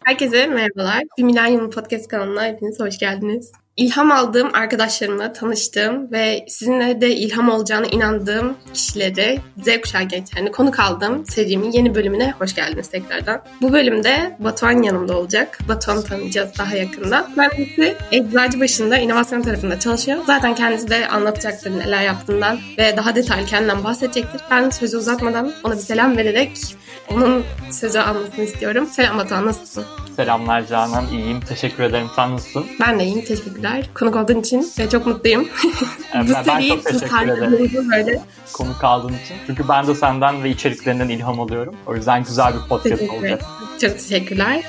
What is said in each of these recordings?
Herkese merhabalar. Bir Milenyum Podcast kanalına hepiniz hoş geldiniz. İlham aldığım arkadaşlarımla tanıştığım ve sizinle de ilham olacağına inandığım kişileri Z kuşağı gençlerini konuk aldığım serimin yeni bölümüne hoş geldiniz tekrardan. Bu bölümde Batuhan yanımda olacak. Batuhan'ı tanıyacağız daha yakında. Kendisi Eczacıbaşı'nda inovasyon tarafında çalışıyor. Zaten kendisi de anlatacaktır neler yaptığından ve daha detaylı kendinden bahsedecektir. Ben sözü uzatmadan ona bir selam vererek onun sözü almasını istiyorum. Selam Batuhan, nasılsın? Selamlar Canan, iyiyim. Teşekkür ederim. Sen nasılsın? Ben de iyiyim, teşekkürler. Konuk olduğun için çok mutluyum. Ben çok teşekkür ederim. Böyle. Konuk aldığın için. Çünkü ben de senden ve içeriklerinden ilham alıyorum. O yüzden güzel bir podcast olacak. Çok teşekkürler.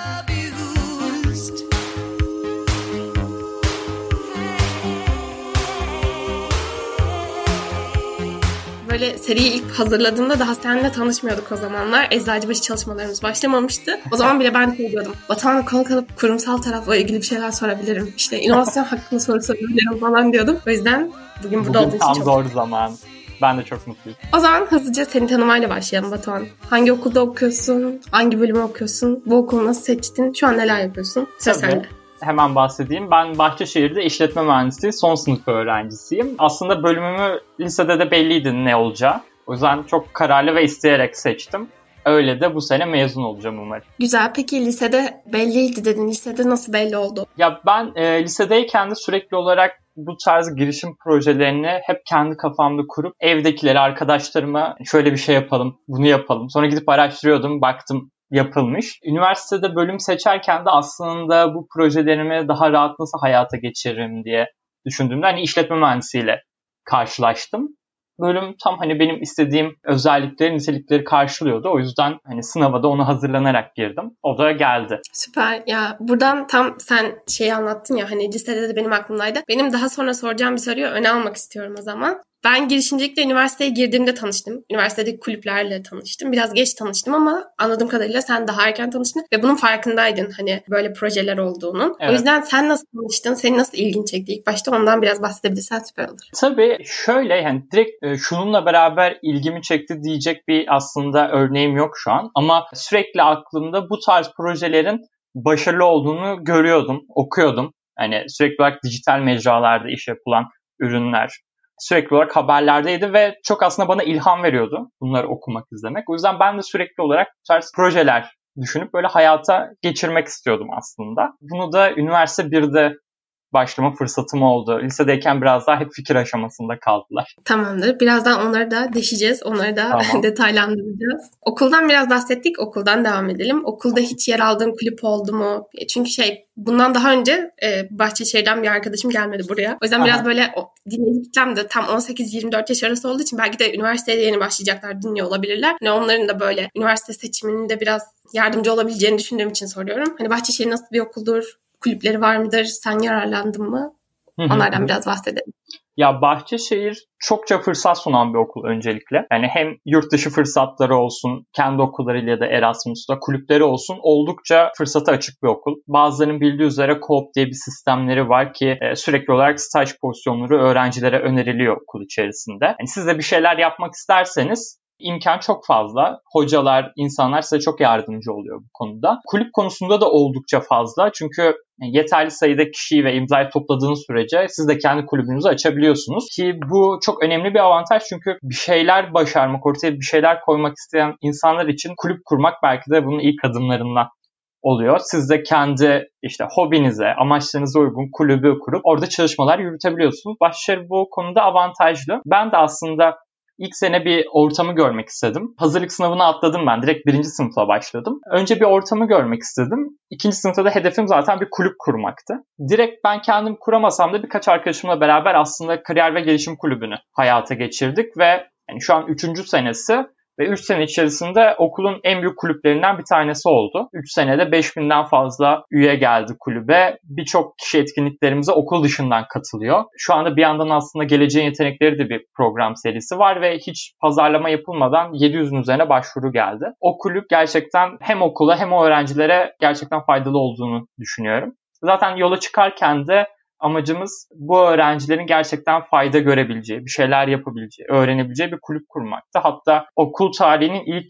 Böyle seriyi ilk hazırladığımda daha seninle tanışmıyorduk o zamanlar. Eczacıbaşı çalışmalarımız başlamamıştı. O zaman bile ben diyordum. Batuhan'la konuk alıp kurumsal tarafla ilgili bir şeyler sorabilirim. İşte inovasyon hakkında soru sorabilirim falan diyordum. O yüzden bugün burada olduğu için çok zor zaman. Ben de çok mutluyum. O zaman hızlıca seni tanımayla başlayalım Batuhan. Hangi okulda okuyorsun? Hangi bölümü okuyorsun? Bu okulu nasıl seçtin? Şu an neler yapıyorsun? Söz sende. Hemen bahsedeyim. Ben Bahçeşehir'de işletme mühendisliği son sınıf öğrencisiyim. Aslında bölümümü lisede de belliydi ne olacağı. O yüzden çok kararlı ve isteyerek seçtim. Öyle de bu sene mezun olacağım umarım. Güzel. Peki lisede belliydi dedin. Lisede nasıl belli oldu? Ya ben lisedeyken de sürekli olarak bu tarz girişim projelerini hep kendi kafamda kurup evdekileri, arkadaşlarıma şöyle bir şey yapalım, bunu yapalım. Sonra gidip araştırıyordum, baktım yapılmış. Üniversitede bölüm seçerken de aslında bu projelerimi daha rahat nasıl hayata geçiririm diye düşündüğümde işletme mühendisiyle karşılaştım. Bölüm tam benim istediğim özellikleri, nitelikleri karşılıyordu. O yüzden sınava da onu hazırlanarak girdim. O da geldi. Süper. Ya buradan tam sen anlattın ya lisede de benim aklımdaydı. Benim daha sonra soracağım bir soruyu öne almak istiyorum o zaman. Ben girişimcilikle üniversiteye girdiğimde tanıştım. Üniversitedeki kulüplerle tanıştım. Biraz geç tanıştım ama anladığım kadarıyla sen daha erken tanıştın ve bunun farkındaydın böyle projeler olduğunun. Evet. O yüzden sen nasıl tanıştın? Seni nasıl ilgin çekti? İlk başta ondan biraz bahsedebilirsen süper olur. Tabii şöyle direkt şununla beraber ilgimi çekti diyecek bir aslında örneğim yok şu an. Ama sürekli aklımda bu tarz projelerin başarılı olduğunu görüyordum, okuyordum. Sürekli olarak dijital mecralarda iş yapılan ürünler sürekli olarak haberlerdeydi ve çok aslında bana ilham veriyordu bunları okumak, izlemek. O yüzden ben de sürekli olarak bu tarz projeler düşünüp böyle hayata geçirmek istiyordum aslında. Bunu da üniversite 1'de başlama fırsatım oldu. Lisedeyken biraz daha hep fikir aşamasında kaldılar. Tamamdır. Birazdan onları da deşeceğiz. Onları da detaylandıracağız. Okuldan biraz bahsettik. Okuldan devam edelim. Okulda hiç yer aldığın kulüp oldu mu? Çünkü bundan daha önce Bahçeşehir'den bir arkadaşım gelmedi buraya. O yüzden biraz böyle dinleyici kitlem de tam 18-24 yaş arası olduğu için belki de üniversiteye yeni başlayacaklar, dinliyor olabilirler. Onların da böyle üniversite seçiminde biraz yardımcı olabileceğini düşündüğüm için soruyorum. Bahçeşehir nasıl bir okuldur? Kulüpleri var mıdır? Sen yararlandın mı? Onlardan biraz bahsedelim. Ya Bahçeşehir çokça fırsat sunan bir okul öncelikle. Hem yurt dışı fırsatları olsun, kendi okullarıyla ya da Erasmus'ta kulüpleri olsun oldukça fırsata açık bir okul. Bazılarının bildiği üzere Co-op diye bir sistemleri var ki sürekli olarak staj pozisyonları öğrencilere öneriliyor okul içerisinde. Siz de bir şeyler yapmak isterseniz İmkan çok fazla. Hocalar, insanlar size çok yardımcı oluyor bu konuda. Kulüp konusunda da oldukça fazla. Çünkü yeterli sayıda kişiyi ve imzayı topladığınız sürece siz de kendi kulübünüzü açabiliyorsunuz. Ki bu çok önemli bir avantaj çünkü bir şeyler başarmak, ortaya bir şeyler koymak isteyen insanlar için kulüp kurmak belki de bunun ilk adımlarından oluyor. Siz de kendi hobinize, amaçlarınıza uygun kulübü kurup orada çalışmalar yürütebiliyorsunuz. Bahçeşehir bu konuda avantajlı. Ben de aslında İlk sene bir ortamı görmek istedim. Hazırlık sınavına atladım ben. Direkt 1. sınıfla başladım. Önce bir ortamı görmek istedim. 2. sınıfta da hedefim zaten bir kulüp kurmaktı. Direkt ben kendim kuramasam da birkaç arkadaşımla beraber aslında kariyer ve gelişim kulübünü hayata geçirdik ve şu an 3. senesi ve 3 sene içerisinde okulun en büyük kulüplerinden bir tanesi oldu. 3 senede 5000'den fazla üye geldi kulübe. Birçok kişi etkinliklerimize okul dışından katılıyor. Şu anda bir yandan aslında Geleceğin Yetenekleri de bir program serisi var ve hiç pazarlama yapılmadan 700'ün üzerine başvuru geldi. O kulüp gerçekten hem okula hem o öğrencilere gerçekten faydalı olduğunu düşünüyorum. Zaten yola çıkarken de amacımız bu öğrencilerin gerçekten fayda görebileceği, bir şeyler yapabileceği, öğrenebileceği bir kulüp kurmaktı. Hatta okul tarihinin ilk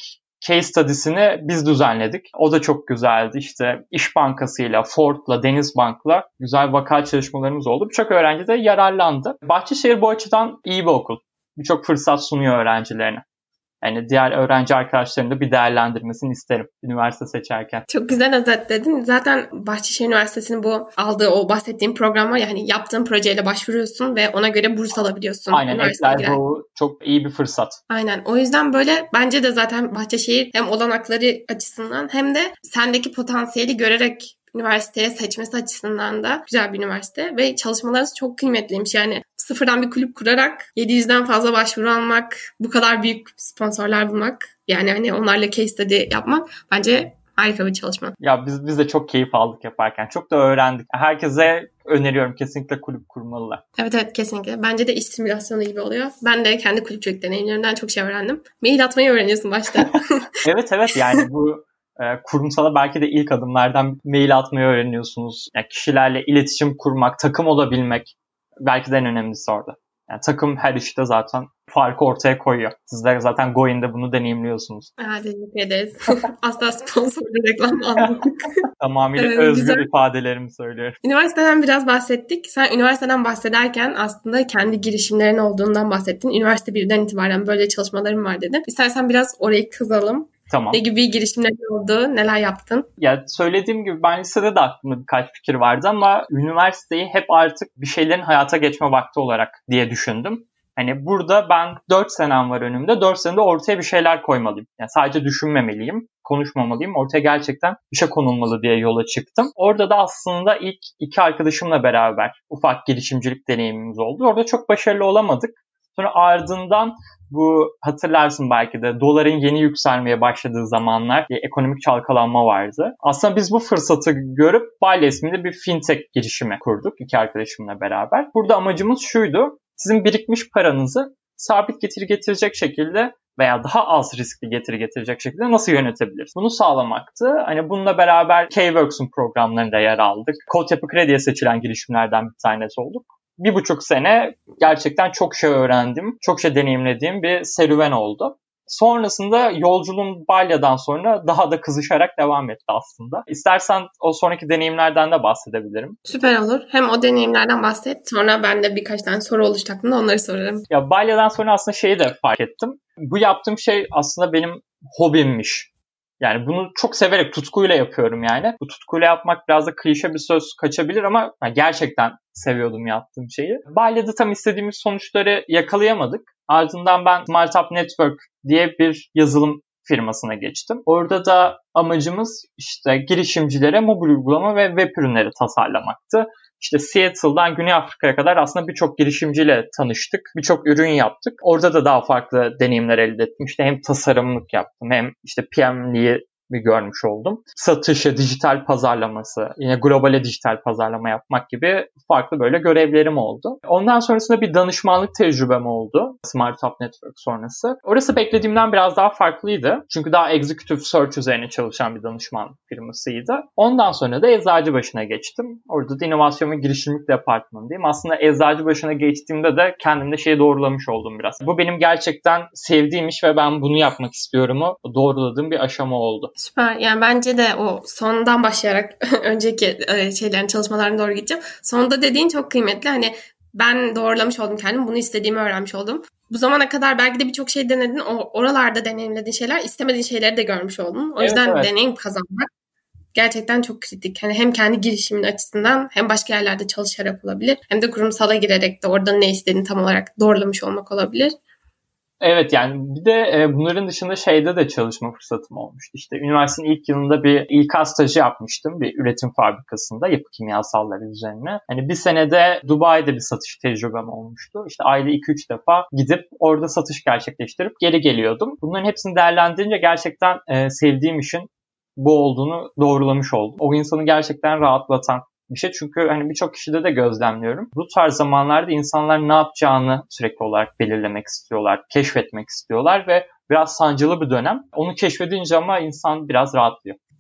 case study'sini biz düzenledik. O da çok güzeldi. İşte İş Bankası'yla, Ford'la, Denizbank'la güzel vaka çalışmalarımız oldu. Birçok öğrenci de yararlandı. Bahçeşehir bu açıdan iyi bir okul. Birçok fırsat sunuyor öğrencilerine. Yani diğer öğrenci arkadaşlarının da bir değerlendirmesini isterim üniversite seçerken. Çok güzel özetledin. Zaten Bahçeşehir Üniversitesi'nin bu aldığı o bahsettiğim program var ya, hani yaptığın projeyle başvuruyorsun ve ona göre burs alabiliyorsun. Aynen, bu çok iyi bir fırsat. Aynen. O yüzden böyle bence de zaten Bahçeşehir hem olanakları açısından hem de sendeki potansiyeli görerek üniversiteye seçmesi açısından da güzel bir üniversite ve çalışmaları çok kıymetliymiş. Yani sıfırdan bir kulüp kurarak 700'den fazla başvuru almak, bu kadar büyük sponsorlar bulmak, yani hani onlarla case study yapmak bence harika bir çalışma. Ya biz de çok keyif aldık yaparken. Çok da öğrendik. Herkese öneriyorum, kesinlikle kulüp kurmalılar. Evet kesinlikle. Bence de iş simülasyonu gibi oluyor. Ben de kendi kulüpçülük deneyimlerimden çok şey öğrendim. Mail atmayı öğreniyorsun başta. Evet yani bu kurumsala belki de ilk adımlardan mail atmayı öğreniyorsunuz. Yani kişilerle iletişim kurmak, takım olabilmek belki de en önemlisi orada. Yani takım her işte zaten farkı ortaya koyuyor. Sizler zaten Goin'de bunu deneyimliyorsunuz. Teşekkür ederiz. Asla sponsorlu reklam almadık. Tamamıyla özgür ifadelerimi söylüyorum. Üniversiteden biraz bahsettik. Sen üniversiteden bahsederken aslında kendi girişimlerin olduğundan bahsettin. Üniversite 1'den itibaren böyle çalışmalarım var dedin. İstersen biraz orayı kazalım. Tamam. Ne gibi girişimlerin oldu? Neler yaptın? Ya söylediğim gibi ben lisede de aklımda birkaç fikir vardı ama üniversiteyi hep artık bir şeylerin hayata geçme vakti olarak diye düşündüm. Hani burada ben 4 senem var önümde. 4 senede ortaya bir şeyler koymalıyım. Yani sadece düşünmemeliyim, konuşmamalıyım. Ortaya gerçekten bir şey konulmalı diye yola çıktım. Orada da aslında ilk 2 arkadaşımla beraber ufak girişimcilik deneyimimiz oldu. Orada çok başarılı olamadık. Sonra ardından bu, hatırlarsın belki de, doların yeni yükselmeye başladığı zamanlar ekonomik çalkalanma vardı. Aslında biz bu fırsatı görüp Byle isminde bir fintech girişimi kurduk 2 arkadaşımla beraber. Burada amacımız şuydu: sizin birikmiş paranızı sabit getiri getirecek şekilde veya daha az riskli getiri getirecek şekilde nasıl yönetebiliriz? Bunu sağlamaktı. Hani bununla beraber K-Works'un programlarında yer aldık. Kod Yapı Kredi'ye seçilen girişimlerden bir tanesi olduk. 1,5 sene gerçekten çok şey öğrendim, çok şey deneyimlediğim bir serüven oldu. Sonrasında yolculuğum Balya'dan sonra daha da kızışarak devam etti aslında. İstersen o sonraki deneyimlerden de bahsedebilirim. Süper olur. Hem o deneyimlerden bahset, sonra ben de birkaç tane soru oluştu aklımda, onları sorarım. Ya Balya'dan sonra aslında şeyi de fark ettim. Bu yaptığım şey aslında benim hobimmiş. Yani bunu çok severek, tutkuyla yapıyorum yani. Bu tutkuyla yapmak biraz da klişe bir söz kaçabilir ama gerçekten seviyordum yaptığım şeyi. Balya'da tam istediğimiz sonuçları yakalayamadık. Ardından ben Smartup Network diye bir yazılım firmasına geçtim. Orada da amacımız işte girişimcilere mobil uygulama ve web ürünleri tasarlamaktı. İşte Seattle'dan Güney Afrika'ya kadar aslında birçok girişimciyle tanıştık. Birçok ürün yaptık. Orada da daha farklı deneyimler elde ettim. İşte hem tasarımlık yaptım hem işte PM'liği bir görmüş oldum. Satışı, dijital pazarlaması, yine globale dijital pazarlama yapmak gibi farklı böyle görevlerim oldu. Ondan sonrasında bir danışmanlık tecrübem oldu Smartup Network sonrası. Orası beklediğimden biraz daha farklıydı. Çünkü daha executive search üzerine çalışan bir danışmanlık firmasıydı. Ondan sonra da Eczacıbaşı'na geçtim. Orada da inovasyon ve girişimcilik departmanındayım. Aslında Eczacıbaşı'na geçtiğimde de kendimde şeyi doğrulamış oldum biraz. Bu benim gerçekten sevdiğim iş ve ben bunu yapmak istiyorumu doğruladığım bir aşama oldu. Süper. Yani bence de o sondan başlayarak önceki şeylerin, çalışmalarına doğru gideceğim. Sonunda dediğin çok kıymetli. Hani ben doğrulamış oldum kendimi. Bunu istediğimi öğrenmiş oldum. Bu zamana kadar belki de birçok şey denedin. Oralarda deneyimlediğin şeyler, istemediğin şeyleri de görmüş oldun. O yüzden evet. Deneyim kazanmak gerçekten çok kritik. Hani hem kendi girişimin açısından hem başka yerlerde çalışarak olabilir. Hem de kurumsala girerek de orada ne istediğini tam olarak doğrulamış olmak olabilir. Evet, yani bir de bunların dışında şeyde de çalışma fırsatım olmuştu. İşte üniversitenin ilk yılında bir İK stajı yapmıştım bir üretim fabrikasında yapı kimyasalları üzerine. Hani bir senede Dubai'de bir satış tecrübem olmuştu. İşte ayda 2-3 defa gidip orada satış gerçekleştirip geri geliyordum. Bunların hepsini değerlendirince gerçekten sevdiğim işin bu olduğunu doğrulamış oldum. O insanı gerçekten rahatlatan bir şey, çünkü hani birçok kişide de gözlemliyorum. Bu tarz zamanlarda insanlar ne yapacağını sürekli olarak belirlemek istiyorlar, keşfetmek istiyorlar ve biraz sancılı bir dönem. Onu keşfedince ama insan biraz rahatlıyor.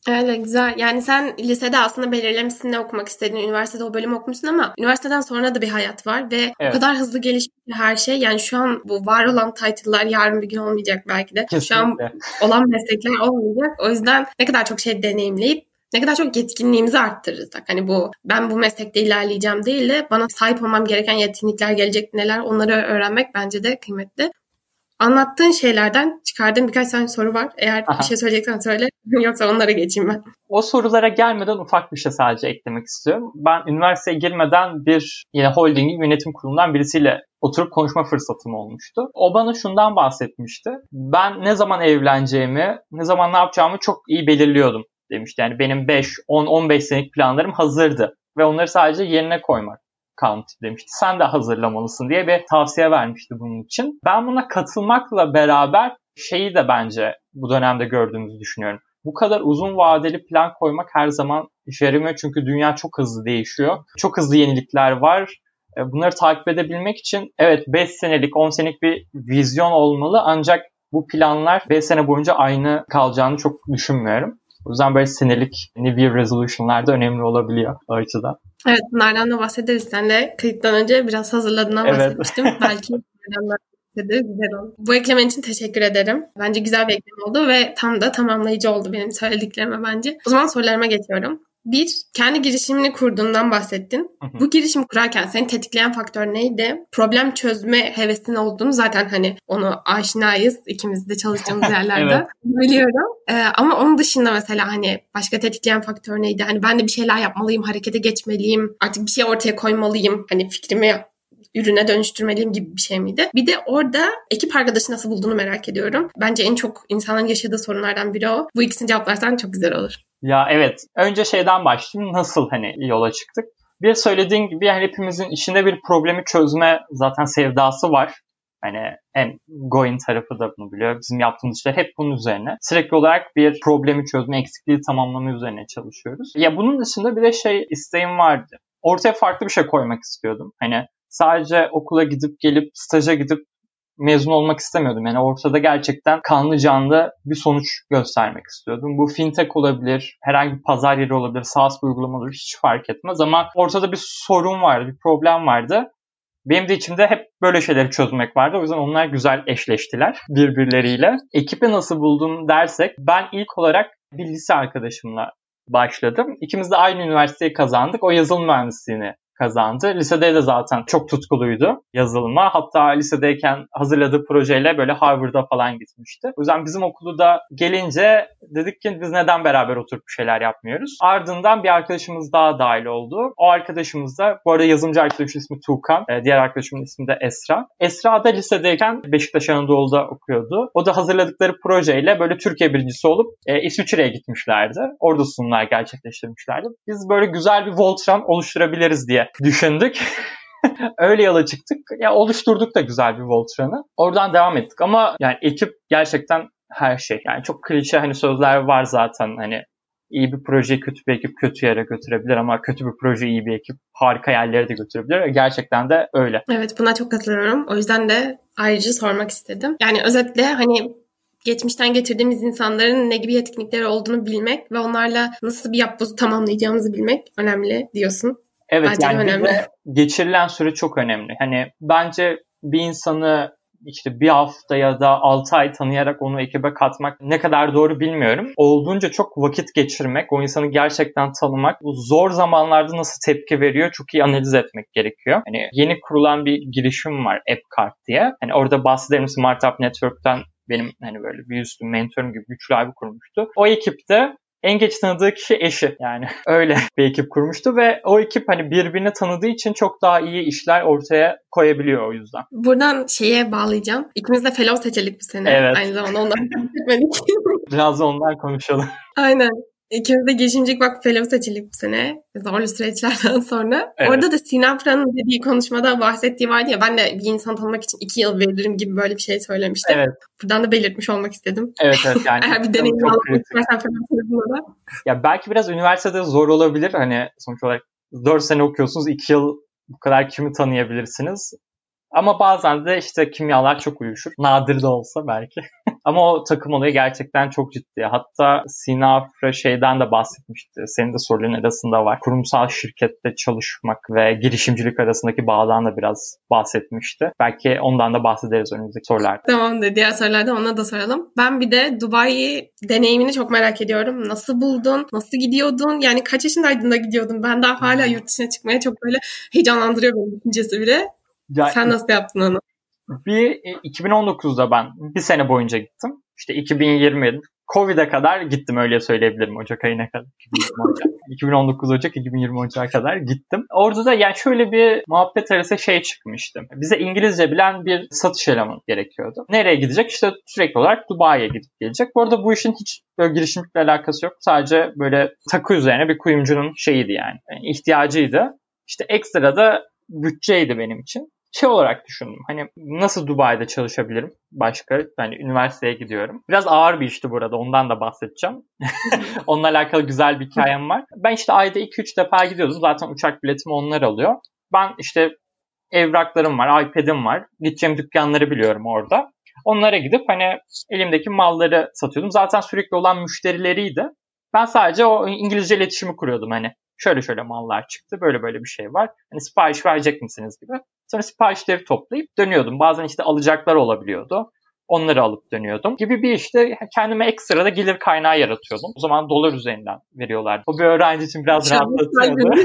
Öyle güzel. Yani sen lisede aslında belirlemişsin ne okumak istediğini. Üniversitede o bölümü okumuşsun ama üniversiteden sonra da bir hayat var ve o Evet, kadar hızlı gelişiyor ki her şey. Yani şu an bu var olan title'lar yarın bir gün olmayacak belki de. Şu an kesinlikle. olan meslekler olmayacak. O yüzden ne kadar çok şey deneyimleyip ne kadar çok yetkinliğimizi arttırırsak. Hani ben bu meslekte ilerleyeceğim değil de bana sahip olmam gereken yetkinlikler gelecek neler, onları öğrenmek bence de kıymetli. Anlattığın şeylerden çıkardığım birkaç tane soru var. Eğer bir Aha. şey söyleyeceksen söyle. Yoksa onlara geçeyim ben. O sorulara gelmeden ufak bir şey sadece eklemek istiyorum. Ben üniversiteye girmeden yine holdingin yönetim kurulundan birisiyle oturup konuşma fırsatım olmuştu. O bana şundan bahsetmişti. Ben ne zaman evleneceğimi, ne zaman ne yapacağımı çok iyi belirliyordum demişti. Yani benim 5, 10, 15 senelik planlarım hazırdı. Ve onları sadece yerine koymak kalmıştı demişti. Sen de hazırlamalısın diye bir tavsiye vermişti bunun için. Ben buna katılmakla beraber şeyi de bence bu dönemde gördüğümüzü düşünüyorum. Bu kadar uzun vadeli plan koymak her zaman işe yaramıyor çünkü dünya çok hızlı değişiyor. Çok hızlı yenilikler var. Bunları takip edebilmek için evet 5 senelik, 10 senelik bir vizyon olmalı ancak bu planlar 5 sene boyunca aynı kalacağını çok düşünmüyorum. O yüzden böyle senelik New Year Resolution'lar da önemli olabiliyor o açıdan. Evet, bunlardan da bahsederiz. Sen de kayıttan önce biraz hazırladığından bahsetmiştim. Belki bunlardan da bahsederiz. Güzel oldu. Bu eklemen için teşekkür ederim. Bence güzel bir ekleme oldu ve tam da tamamlayıcı oldu benim söylediklerime bence. O zaman sorularıma geçiyorum. Bir, kendi girişimini kurduğundan bahsettin. Bu girişimi kurarken seni tetikleyen faktör neydi? Problem çözme hevesinin olduğunu zaten hani onu aşinayız. İkimiz de çalıştığımız yerlerde. Evet. Biliyorum. Ama onun dışında mesela hani başka tetikleyen faktör neydi? Hani ben de bir şeyler yapmalıyım, harekete geçmeliyim, artık bir şey ortaya koymalıyım. Hani fikrimi ürüne dönüştürmeliyim gibi bir şey miydi? Bir de orada ekip arkadaşı nasıl bulduğunu merak ediyorum. Bence en çok insanların yaşadığı sorunlardan biri o. Bu ikisini cevaplarsan çok güzel olur. Ya evet. Önce şeyden başlayayım. Nasıl yola çıktık? Bir söylediğin gibi yani hepimizin içinde bir problemi çözme zaten sevdası var. Hani en Goin tarafı da bunu biliyor. Bizim yaptığımız işler hep bunun üzerine. Sürekli olarak bir problemi çözme, eksikliği tamamlama üzerine çalışıyoruz. Ya bunun dışında bir de isteğim vardı. Ortaya farklı bir şey koymak istiyordum. Hani sadece okula gidip gelip staja gidip mezun olmak istemiyordum. Yani ortada gerçekten kanlı canlı bir sonuç göstermek istiyordum. Bu fintech olabilir, herhangi bir pazar yeri olabilir, SaaS bir uygulama olabilir, hiç fark etmez. Ama ortada bir sorun vardı, bir problem vardı. Benim de içimde hep böyle şeyleri çözmek vardı. O yüzden onlar güzel eşleştiler birbirleriyle. Ekibi nasıl buldum dersek, ben ilk olarak bir lise arkadaşımla başladım. İkimiz de aynı üniversiteyi kazandık. O yazılım mühendisliğini kazandı. Lisede de zaten çok tutkuluydu yazılıma. Hatta lisedeyken hazırladığı projeyle böyle Harvard'a falan gitmişti. O yüzden bizim okulu da gelince dedik ki biz neden beraber oturup bir şeyler yapmıyoruz? Ardından bir arkadaşımız daha dahil oldu. O arkadaşımız da bu arada yazılımcı arkadaşım ismi Tuğkan. Diğer arkadaşımın ismi de Esra. Esra da lisedeyken Beşiktaş Anadolu'da okuyordu. O da hazırladıkları projeyle böyle Türkiye birincisi olup İsviçre'ye gitmişlerdi. Orada sunumlar gerçekleştirmişlerdi. Biz böyle güzel bir Voltron oluşturabiliriz diye düşündük. Öyle yola çıktık. Ya oluşturduk da güzel bir Voltron'u. Oradan devam ettik ama yani ekip gerçekten her şey. Yani çok klişe sözler var zaten iyi bir proje kötü bir ekip kötü yere götürebilir ama kötü bir proje iyi bir ekip harika yerlere de götürebilir. Gerçekten de öyle. Evet, buna çok katılıyorum. O yüzden de ayrıca sormak istedim. Yani özetle geçmişten getirdiğimiz insanların ne gibi yetkinlikleri olduğunu bilmek ve onlarla nasıl bir yapbozu tamamlayacağımızı bilmek önemli diyorsun. Evet, bence yani önemli. Geçirilen süre çok önemli. Bence bir insanı bir hafta ya da 6 ay tanıyarak onu ekibe katmak ne kadar doğru bilmiyorum. Olduğunca çok vakit geçirmek, o insanı gerçekten tanımak, bu zor zamanlarda nasıl tepki veriyor çok iyi analiz etmek gerekiyor. Yeni kurulan bir girişim var AppCart diye. Orada bahsederim, Smart App Network'ten benim böyle bir üstü mentorum gibi güçlü abi kurmuştu. O ekipte en geç tanıdığı kişi eşi. Yani öyle bir ekip kurmuştu ve o ekip birbirini tanıdığı için çok daha iyi işler ortaya koyabiliyor o yüzden. Buradan bağlayacağım. İkimiz de fellow seçildik bu sene. Evet. Aynı zamanda ondan bahsetmedik. Biraz da ondan konuşalım. Aynen. İkimiz de girişimcilik vakfı fellow seçildik bu sene. Zorlu süreçlerden sonra. Evet. Orada da Sina Pıra'nın dediği konuşmada bahsettiği vardı ya, ben de bir insan tanımak için 2 yıl veririm gibi böyle bir şey söylemişti. Evet. Buradan da belirtmiş olmak istedim. Evet yani. Eğer bir deneyim almak istersen fellow da. Ya belki biraz üniversitede zor olabilir. Sonuç olarak 4 sene okuyorsunuz, 2 yıl bu kadar kimi tanıyabilirsiniz? Ama bazen de işte kimyalar çok uyuşur. Nadir de olsa belki. Ama o takım olayı gerçekten çok ciddi. Hatta Sina Afra şeyden de bahsetmişti. Senin de soruların arasında var. Kurumsal şirkette çalışmak ve girişimcilik arasındaki bağdan da biraz bahsetmişti. Belki ondan da bahsederiz önümüzdeki sorularda. Tamamdır. Diğer sorularda ona da soralım. Ben bir de Dubai deneyimini çok merak ediyorum. Nasıl buldun? Nasıl gidiyordun? Yani kaç yaşındaydın da gidiyordun? Ben daha hala yurt dışına çıkmaya çok böyle heyecanlandırıyor beni düşüncesi bile. Ya, sen nasıl yaptın onu? 2019'da ben bir sene boyunca gittim. İşte 2020 Covid'e kadar gittim, öyle söyleyebilirim, Ocak ayına kadar. 2019 Ocak 2020 Ocak'a kadar gittim. Orada da yani şöyle bir muhabbet arası çıkmıştı. Bize İngilizce bilen bir satış elemanı gerekiyordu. Nereye gidecek? İşte sürekli olarak Dubai'ye gidip gelecek. Bu arada bu işin hiç böyle girişimlikle alakası yok. Sadece böyle takı üzerine bir kuyumcunun şeyiydi yani ihtiyacıydı. İşte ekstra da bütçeydi benim için. Olarak düşündüm. Hani nasıl Dubai'de çalışabilirim başka? Yani üniversiteye gidiyorum. Biraz ağır bir işti burada. Ondan da bahsedeceğim. Onunla alakalı güzel bir hikayem var. Ben işte ayda 2-3 defa gidiyordum. Zaten uçak biletimi onlar alıyor. Ben işte evraklarım var, iPad'im var. Gideceğim dükkanları biliyorum orada. Onlara gidip hani elimdeki malları satıyordum. Zaten sürekli olan müşterileriydi. Ben sadece o İngilizce iletişimi kuruyordum hani. Şöyle mallar çıktı. Böyle bir şey var. Hani sipariş verecek misiniz gibi. Sonra siparişleri toplayıp dönüyordum. Bazen işte alacaklar olabiliyordu. Onları alıp dönüyordum gibi bir işte kendime ekstra da gelir kaynağı yaratıyordum. O zaman dolar üzerinden veriyorlardı. O bir öğrenci için biraz rahatlatıyordu.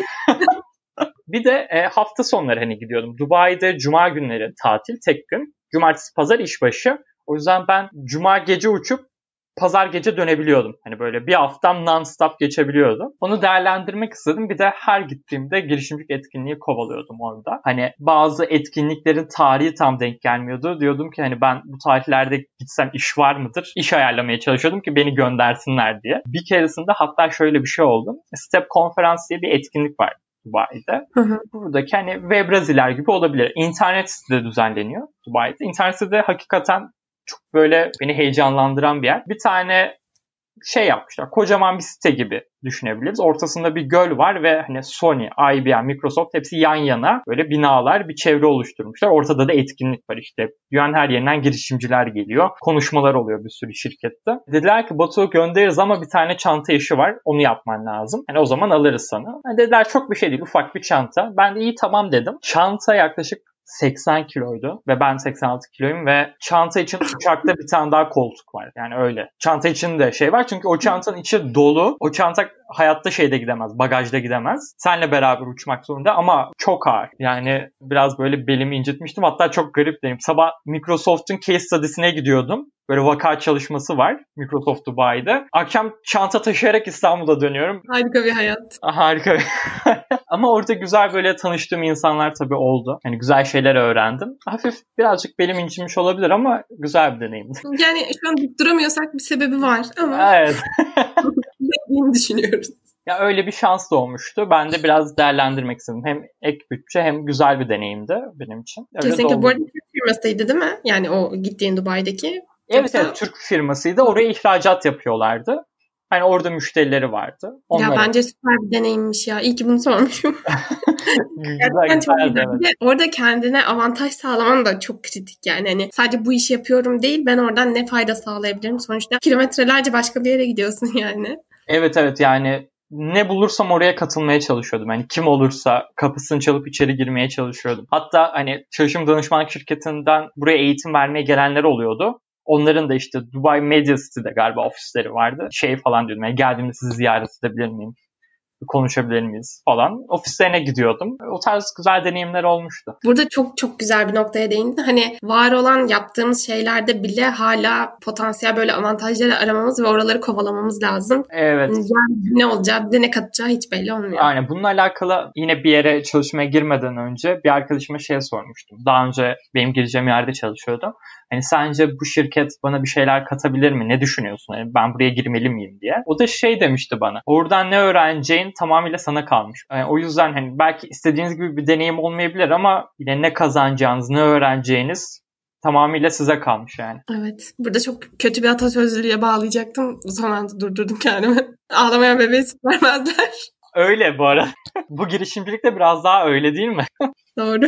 Bir de hafta sonları hani gidiyordum. Dubai'de cuma günleri tatil, tek gün. Cumartesi, pazar işbaşı. O yüzden ben cuma gece uçup pazar gece dönebiliyordum. Hani böyle bir haftam non-stop geçebiliyordu. Onu değerlendirmek istedim. Bir de her gittiğimde girişimcilik etkinliği kovalıyordum orada. Hani bazı etkinliklerin tarihi tam denk gelmiyordu. Diyordum ki hani ben bu tarihlerde gitsem iş var mıdır? İş ayarlamaya çalışıyordum ki beni göndersinler diye. Bir keresinde hatta şöyle bir şey oldu. Step Konferans diye bir etkinlik var Dubai'de. Buradaki hani Webraziler gibi olabilir. İnternet sitede düzenleniyor Dubai'de. İnternet sitede hakikaten çok böyle beni heyecanlandıran bir yer. Bir tane yapmışlar. Kocaman bir site gibi düşünebiliriz. Ortasında bir göl var ve hani Sony, IBM, Microsoft hepsi yan yana böyle binalar, bir çevre oluşturmuşlar. Ortada da etkinlik var işte. Dünyanın her yerinden girişimciler geliyor. Konuşmalar oluyor bir sürü şirkette. Dediler ki Batu göndeririz ama bir tane çanta işi var. Onu yapman lazım. Hani o zaman alırız sana. Yani dediler çok bir şey değil. Ufak bir çanta. Ben de iyi tamam dedim. Çanta yaklaşık 80 kiloydu ve ben 86 kiloyum ve çanta için uçakta bir tane daha koltuk var. Yani öyle. Çanta için de var çünkü o çantanın içi dolu. O çanta hayatta gidemez, bagajda gidemez. Seninle beraber uçmak zorunda ama çok ağır. Yani biraz böyle belimi incitmiştim. Hatta çok garip diyeyim. Sabah Microsoft'un case study'sine gidiyordum. Böyle vaka çalışması var Microsoft Dubai'de. Akşam çanta taşıyarak İstanbul'a dönüyorum. Harika bir hayat. Harika bir Ama orada güzel böyle tanıştığım insanlar tabii oldu. Yani güzel şeyler öğrendim. Hafif birazcık belim incinmiş olabilir ama güzel bir deneyimdi. Yani şu an dik duramıyorsak bir sebebi var ama evet. Beklediğini düşünüyoruz. Ya öyle bir şans da olmuştu. Ben de biraz değerlendirmek istedim. Hem ek bütçe hem güzel bir deneyimdi benim için. Öyle kesinlikle. Bu arada Türk firmasıydı değil mi? Yani o gittiğin Dubai'deki. Evet, Türk firmasıydı. Oraya ihracat yapıyorlardı. Hani orada müşterileri vardı. Ya bence süper bir deneyimmiş ya. İyi ki bunu sormuşum. Gerçekten çok güzel. Evet. Orada kendine avantaj sağlaman da çok kritik yani. Hani sadece bu işi yapıyorum değil, ben oradan ne fayda sağlayabilirim? Sonuçta kilometrelerce başka bir yere gidiyorsun yani. Evet yani ne bulursam oraya katılmaya çalışıyordum. Hani kim olursa kapısını çalıp içeri girmeye çalışıyordum. Hatta hani çalışım danışmanlık şirketinden buraya eğitim vermeye gelenler oluyordu. Onların da işte Dubai Media City'de galiba ofisleri vardı. Falan diyordum. Yani geldiğimde sizi ziyaret edebilir miyim? Konuşabilir miyiz falan. Ofislerine gidiyordum. O tarz güzel deneyimler olmuştu. Burada çok çok güzel bir noktaya değindin. Hani var olan yaptığımız şeylerde bile hala potansiyel böyle avantajları aramamız ve oraları kovalamamız lazım. Evet. Yani ne olacağı, bir de ne katacağı hiç belli olmuyor. Aynen. Bununla alakalı yine bir yere çalışmaya girmeden önce bir arkadaşıma sormuştum. Daha önce benim gireceğim yerde çalışıyordu. Hani sence bu şirket bana bir şeyler katabilir mi? Ne düşünüyorsun? Yani ben buraya girmeli miyim diye. O da demişti bana. Oradan ne öğreneceğin tamamıyla sana kalmış. Yani o yüzden hani belki istediğiniz gibi bir deneyim olmayabilir ama yine ne kazanacağınız, ne öğreneceğiniz tamamıyla size kalmış yani. Evet. Burada çok kötü bir atasözlüğe bağlayacaktım. Son anda durdurdum kendimi. Ağlamayan bebeği süt vermezler. Öyle bu arada. Bu girişimcilik de biraz daha öyle değil mi? Doğru.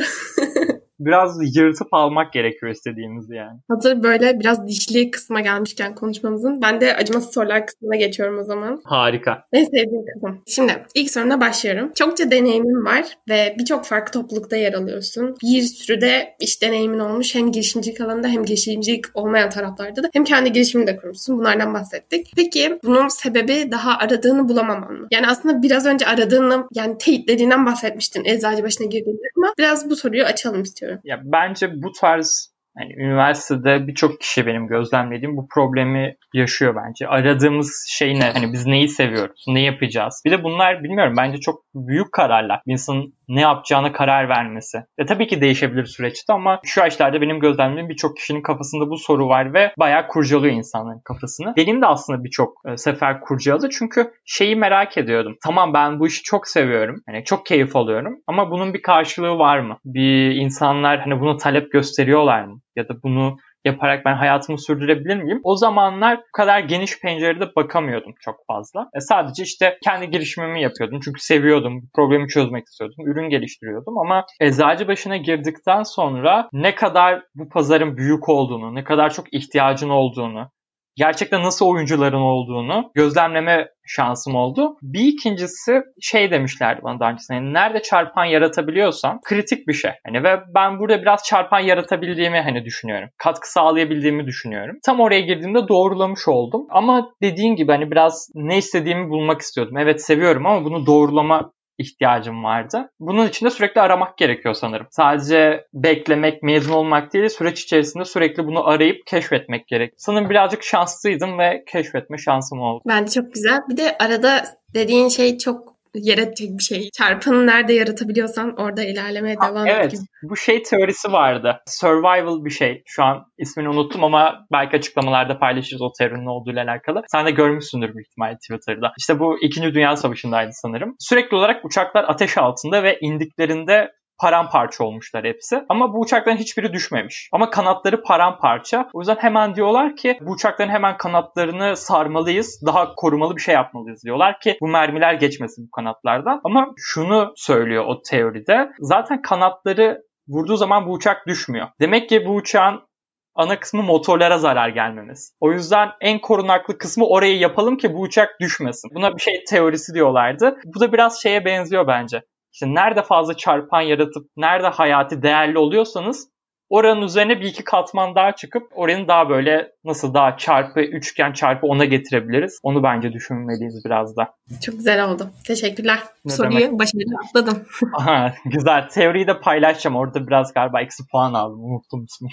Biraz yırtıp almak gerekiyor istediğimizi yani. Hazır böyle biraz dişli kısma gelmişken konuşmamızın, ben de acımasız sorular kısmına geçiyorum o zaman. Harika. En sevdiğim kısım. Şimdi ilk sorumla başlıyorum. Çokça deneyimin var ve birçok farklı toplulukta yer alıyorsun. Bir sürü de iş deneyimin olmuş. Hem girişimcilik alanında hem girişimcilik olmayan taraflarda da. Hem kendi girişimini de kurmuşsun. Bunlardan bahsettik. Peki bunun sebebi daha aradığını bulamaman mı? Yani aslında biraz önce aradığını, yani teyitlediğinden bahsetmiştin Eczacıbaşı'na girdiğinde, ama biraz bu soruyu açalım istiyorum. Ya bence bu tarz, yani üniversitede birçok kişi benim gözlemlediğim bu problemi yaşıyor bence. Aradığımız şey ne? Hani biz neyi seviyoruz? Ne yapacağız? Bir de bunlar bilmiyorum, bence çok büyük kararlar. Bir insanın ne yapacağına karar vermesi. Tabii ki değişebilir süreçte ama şu yaşlarda benim gözlemlediğim birçok kişinin kafasında bu soru var ve bayağı kurcalıyor insanların kafasını. Benim de aslında birçok sefer kurcaladı çünkü şeyi merak ediyordum. Tamam, ben bu işi çok seviyorum. Hani çok keyif alıyorum ama bunun bir karşılığı var mı? Bir insanlar hani buna talep gösteriyorlar mı? Ya da bunu yaparak ben hayatımı sürdürebilir miyim? O zamanlar bu kadar geniş pencerede bakamıyordum çok fazla. Sadece işte kendi girişimimi yapıyordum. Çünkü seviyordum. Problemi çözmek istiyordum. Ürün geliştiriyordum ama Eczacıbaşı'na girdikten sonra ne kadar bu pazarın büyük olduğunu, ne kadar çok ihtiyacın olduğunu, gerçekten nasıl oyuncuların olduğunu gözlemleme şansım oldu. Bir ikincisi şey demişlerdi bana daha öncesinde. Yani nerede çarpan yaratabiliyorsan kritik bir şey. Hani ve ben burada biraz çarpan yaratabildiğimi hani düşünüyorum. Katkı sağlayabildiğimi düşünüyorum. Tam oraya girdiğimde doğrulamış oldum. Ama dediğin gibi hani biraz ne istediğimi bulmak istiyordum. Evet, seviyorum ama bunu doğrulama ihtiyacım vardı. Bunun için de sürekli aramak gerekiyor sanırım. Sadece beklemek, mezun olmak değil, süreç içerisinde sürekli bunu arayıp keşfetmek gerek. Sanırım birazcık şanslıydım ve keşfetme şansım oldu. Bence çok güzel. Bir de arada dediğin şey çok yaratacak bir şey. Çarpanı nerede yaratabiliyorsan orada ilerlemeye devam et Evet, gibi. bu şey teorisi vardı. Survival bir şey. Şu an ismini unuttum ama belki açıklamalarda paylaşırız o teorinin olduğuyla alakalı. Sen de görmüşsündür büyük ihtimalle Twitter'da. İşte bu 2. Dünya Savaşı'ndaydı sanırım. Sürekli olarak uçaklar ateş altında ve indiklerinde paramparça olmuşlar hepsi. Ama bu uçakların hiçbiri düşmemiş. Ama kanatları paramparça. O yüzden hemen diyorlar ki bu uçakların hemen kanatlarını sarmalıyız. Daha korumalı bir şey yapmalıyız diyorlar ki bu mermiler geçmesin bu kanatlardan. Ama şunu söylüyor o teoride. Zaten kanatları vurduğu zaman bu uçak düşmüyor. Demek ki bu uçağın ana kısmı motorlara zarar gelmemesi. O yüzden en korunaklı kısmı oraya yapalım ki bu uçak düşmesin. Buna bir şey teorisi diyorlardı. Bu da biraz şeye benziyor bence. İşte nerede fazla çarpan yaratıp nerede hayati değerli oluyorsanız oranın üzerine bir iki katman daha çıkıp oranın daha böyle nasıl daha çarpı üçgen çarpı 10'a getirebiliriz. Onu bence düşünmeliyiz biraz da. Çok güzel oldu. Teşekkürler. Ne Soruyu demek? başarıyla atladım. Aha, güzel. Teoriyi de paylaşacağım. Orada biraz galiba eksi puan aldım. Unuttum ismini.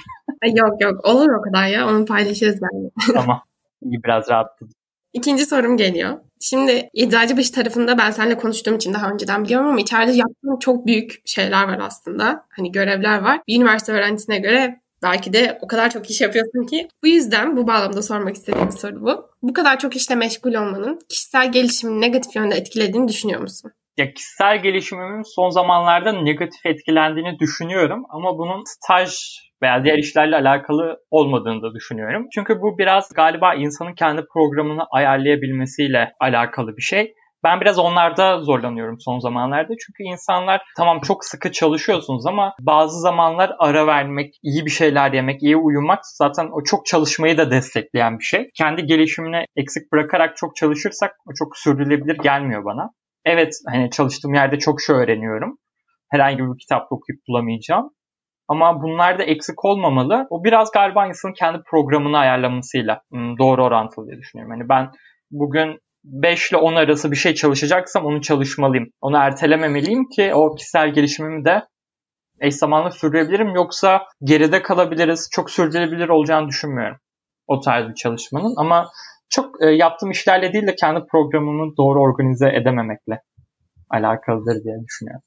Yok olur o kadar ya. Onu paylaşırız bence. Tamam. İyi, biraz rahatladım. İkinci sorum geliyor. Şimdi Eczacıbaşı tarafında ben seninle konuştuğum için daha önceden biliyorum ama içeride yaptığım çok büyük şeyler var aslında. Hani görevler var. Bir üniversite öğrencisine göre belki de o kadar çok iş yapıyorsun ki. Bu yüzden bu bağlamda sormak istediğim bir soru bu. Bu kadar çok işle meşgul olmanın kişisel gelişimini negatif yönde etkilediğini düşünüyor musun? Ya kişisel gelişimimin son zamanlarda negatif etkilendiğini düşünüyorum ama bunun staj veya diğer işlerle alakalı olmadığını da düşünüyorum. Çünkü bu biraz galiba insanın kendi programını ayarlayabilmesiyle alakalı bir şey. Ben biraz onlarda zorlanıyorum son zamanlarda. Çünkü insanlar tamam çok sıkı çalışıyorsunuz ama bazı zamanlar ara vermek, iyi bir şeyler yemek, iyi uyumak zaten o çok çalışmayı da destekleyen bir şey. Kendi gelişimine eksik bırakarak çok çalışırsak o çok sürdürülebilir gelmiyor bana. Evet, hani çalıştığım yerde çok şey öğreniyorum. Herhangi bir kitap okuyup bulamayacağım. Ama bunlar da eksik olmamalı. O biraz galiba insanın kendi programını ayarlamasıyla doğru orantılı diye düşünüyorum. Hani ben bugün 5 ile 10 arası bir şey çalışacaksam onu çalışmalıyım. Onu ertelememeliyim ki o kişisel gelişimimi de eş zamanlı sürdürebilirim. Yoksa geride kalabiliriz. Çok sürdürülebilir olacağını düşünmüyorum o tarz bir çalışmanın. Ama çok yaptığım işlerle değil de kendi programımı doğru organize edememekle alakalıdır diye düşünüyorum.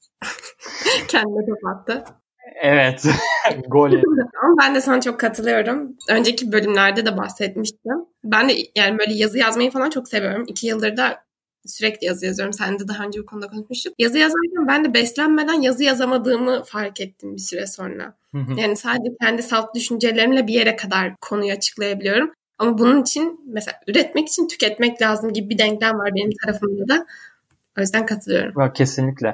Kendine kapattı. Evet. Gol yedim. Ama ben de sana çok katılıyorum. Önceki bölümlerde de bahsetmiştim. Ben de yani böyle yazı yazmayı falan çok seviyorum. 2 yıldır da sürekli yazı yazıyorum. Sen de daha önce bu konuda konuşmuştuk. Yazı yazarken ben de beslenmeden yazı yazamadığımı fark ettim bir süre sonra. Yani sadece kendi salt düşüncelerimle bir yere kadar konuyu açıklayabiliyorum. Ama bunun için mesela üretmek için tüketmek lazım gibi bir denklem var benim tarafımda da. O yüzden katılıyorum. Kesinlikle.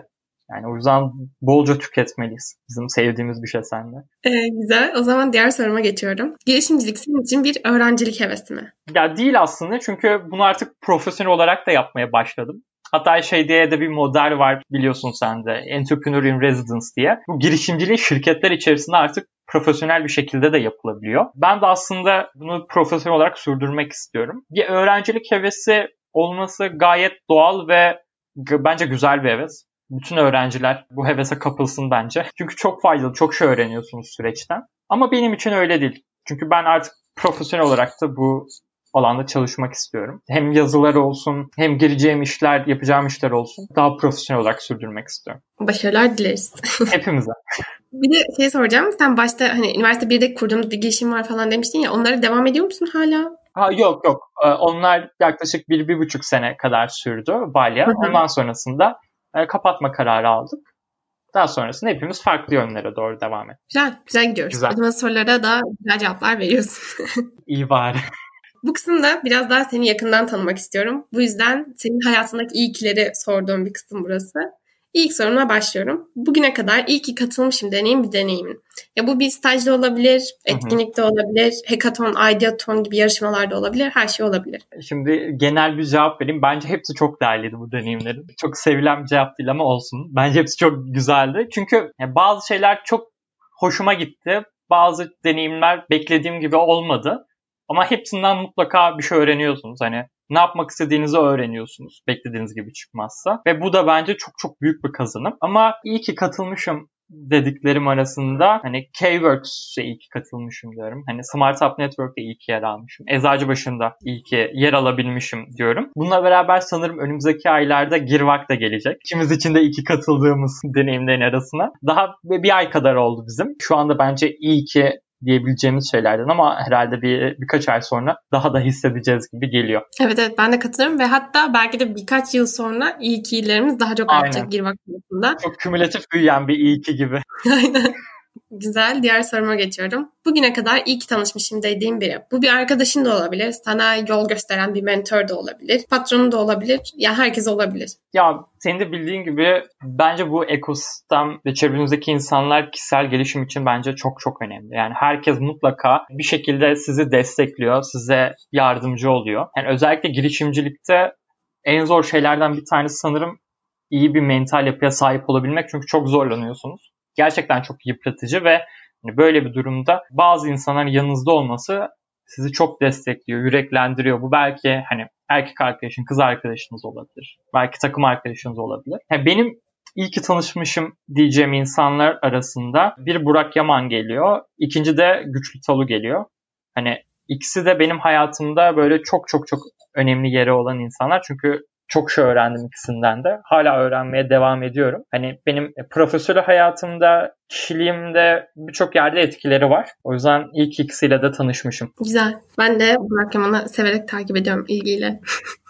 Yani o yüzden bolca tüketmeliyiz. Bizim sevdiğimiz bir şey sende. Güzel. O zaman diğer soruma geçiyorum. Girişimcilik senin için bir öğrencilik hevesi mi? Ya değil aslında, çünkü bunu artık profesyonel olarak da yapmaya başladım. Hatta şey diye de bir model var, biliyorsun sen de, Entrepreneur in Residence diye. Bu girişimciliği şirketler içerisinde artık profesyonel bir şekilde de yapılabiliyor. Ben de aslında bunu profesyonel olarak sürdürmek istiyorum. Bir öğrencilik hevesi olması gayet doğal ve bence güzel bir heves. Bütün öğrenciler bu hevese kapılsın bence. Çünkü çok faydalı, çok şey öğreniyorsunuz süreçten. Ama benim için öyle değil. Çünkü ben artık profesyonel olarak da bu alanda çalışmak istiyorum. Hem yazılar olsun, hem gireceğim işler, yapacağım işler olsun. Daha profesyonel olarak sürdürmek istiyorum. Başarılar dileriz. Hepimize. Bir de şey soracağım. Sen başta hani üniversite 1'de kurduğum bir girişim var falan demiştin ya. Onlara devam ediyor musun hala? Yok. Onlar yaklaşık 1-1,5 sene kadar sürdü Balya. Ondan sonrasında kapatma kararı aldık. Daha sonrasında hepimiz farklı yönlere doğru devam ettik. Güzel gidiyoruz. Güzel. O zaman sorulara da güzel cevaplar veriyorsun. İyi bari. Bu kısımda biraz daha seni yakından tanımak istiyorum. Bu yüzden senin hayatındaki ilkleri sorduğum bir kısım burası. İlk sorumla başlıyorum. Bugüne kadar iyi ki katılmışım deneyim bir deneyimin. Ya bu bir stajda olabilir, etkinlikte olabilir, hackathon, ideathon gibi yarışmalarda olabilir, her şey olabilir. Şimdi genel bir cevap vereyim. Bence hepsi çok değerliydi bu deneyimlerin. Çok sevilen bir cevap değil ama olsun. Bence hepsi çok güzeldi. Çünkü bazı şeyler çok hoşuma gitti. Bazı deneyimler beklediğim gibi olmadı. Ama hepsinden mutlaka bir şey öğreniyorsunuz. Hani ne yapmak istediğinizi öğreniyorsunuz. Beklediğiniz gibi çıkmazsa. Ve bu da bence çok çok büyük bir kazanım. Ama iyi ki katılmışım dediklerim arasında hani K-Works'e iyi ki katılmışım diyorum. Hani Smart Network'te iyi ki yer almışım. Eczacıbaşı'nda iyi ki yer alabilmişim diyorum. Bununla beraber sanırım önümüzdeki aylarda Girvak da gelecek. İkimiz için de iyi ki katıldığımız deneyimlerin arasına. Daha bir ay kadar oldu bizim. Şu anda bence iyi ki diyebileceğimiz şeylerden ama herhalde birkaç ay sonra daha da hissedeceğiz gibi geliyor. Evet ben de katılıyorum ve hatta belki de birkaç yıl sonra iyi ki'lerimiz daha çok artacak Girvak konusunda. Çok kümülatif büyüyen bir iyi ki gibi. Aynen. Güzel. Diğer soruma geçiyorum. Bugüne kadar iyi ki tanışmışım dediğim biri. Bu bir arkadaşın da olabilir. Sana yol gösteren bir mentor da olabilir. Patronun da olabilir. Ya herkes olabilir. Ya senin de bildiğin gibi bence bu ekosistem ve çevrenizdeki insanlar kişisel gelişim için bence çok çok önemli. Yani herkes mutlaka bir şekilde sizi destekliyor, size yardımcı oluyor. Yani özellikle girişimcilikte en zor şeylerden bir tanesi sanırım iyi bir mental yapıya sahip olabilmek. Çünkü çok zorlanıyorsunuz. Gerçekten çok yıpratıcı ve böyle bir durumda bazı insanların yanınızda olması sizi çok destekliyor, yüreklendiriyor. Bu belki hani erkek arkadaşın, kız arkadaşınız olabilir. Belki takım arkadaşınız olabilir. Yani benim iyi ki tanışmışım diyeceğim insanlar arasında bir Burak Yaman geliyor. İkinci de Güçlü Talu geliyor. Hani ikisi de benim hayatımda böyle çok çok çok önemli yeri olan insanlar. Çünkü çok şey öğrendim ikisinden de. Hala öğrenmeye devam ediyorum. Hani benim profesyonel hayatımda, kişiliğimde birçok yerde etkileri var. O yüzden ilk ikisiyle de tanışmışım. Güzel. Ben de Burak Yaman'ı severek takip ediyorum ilgiyle.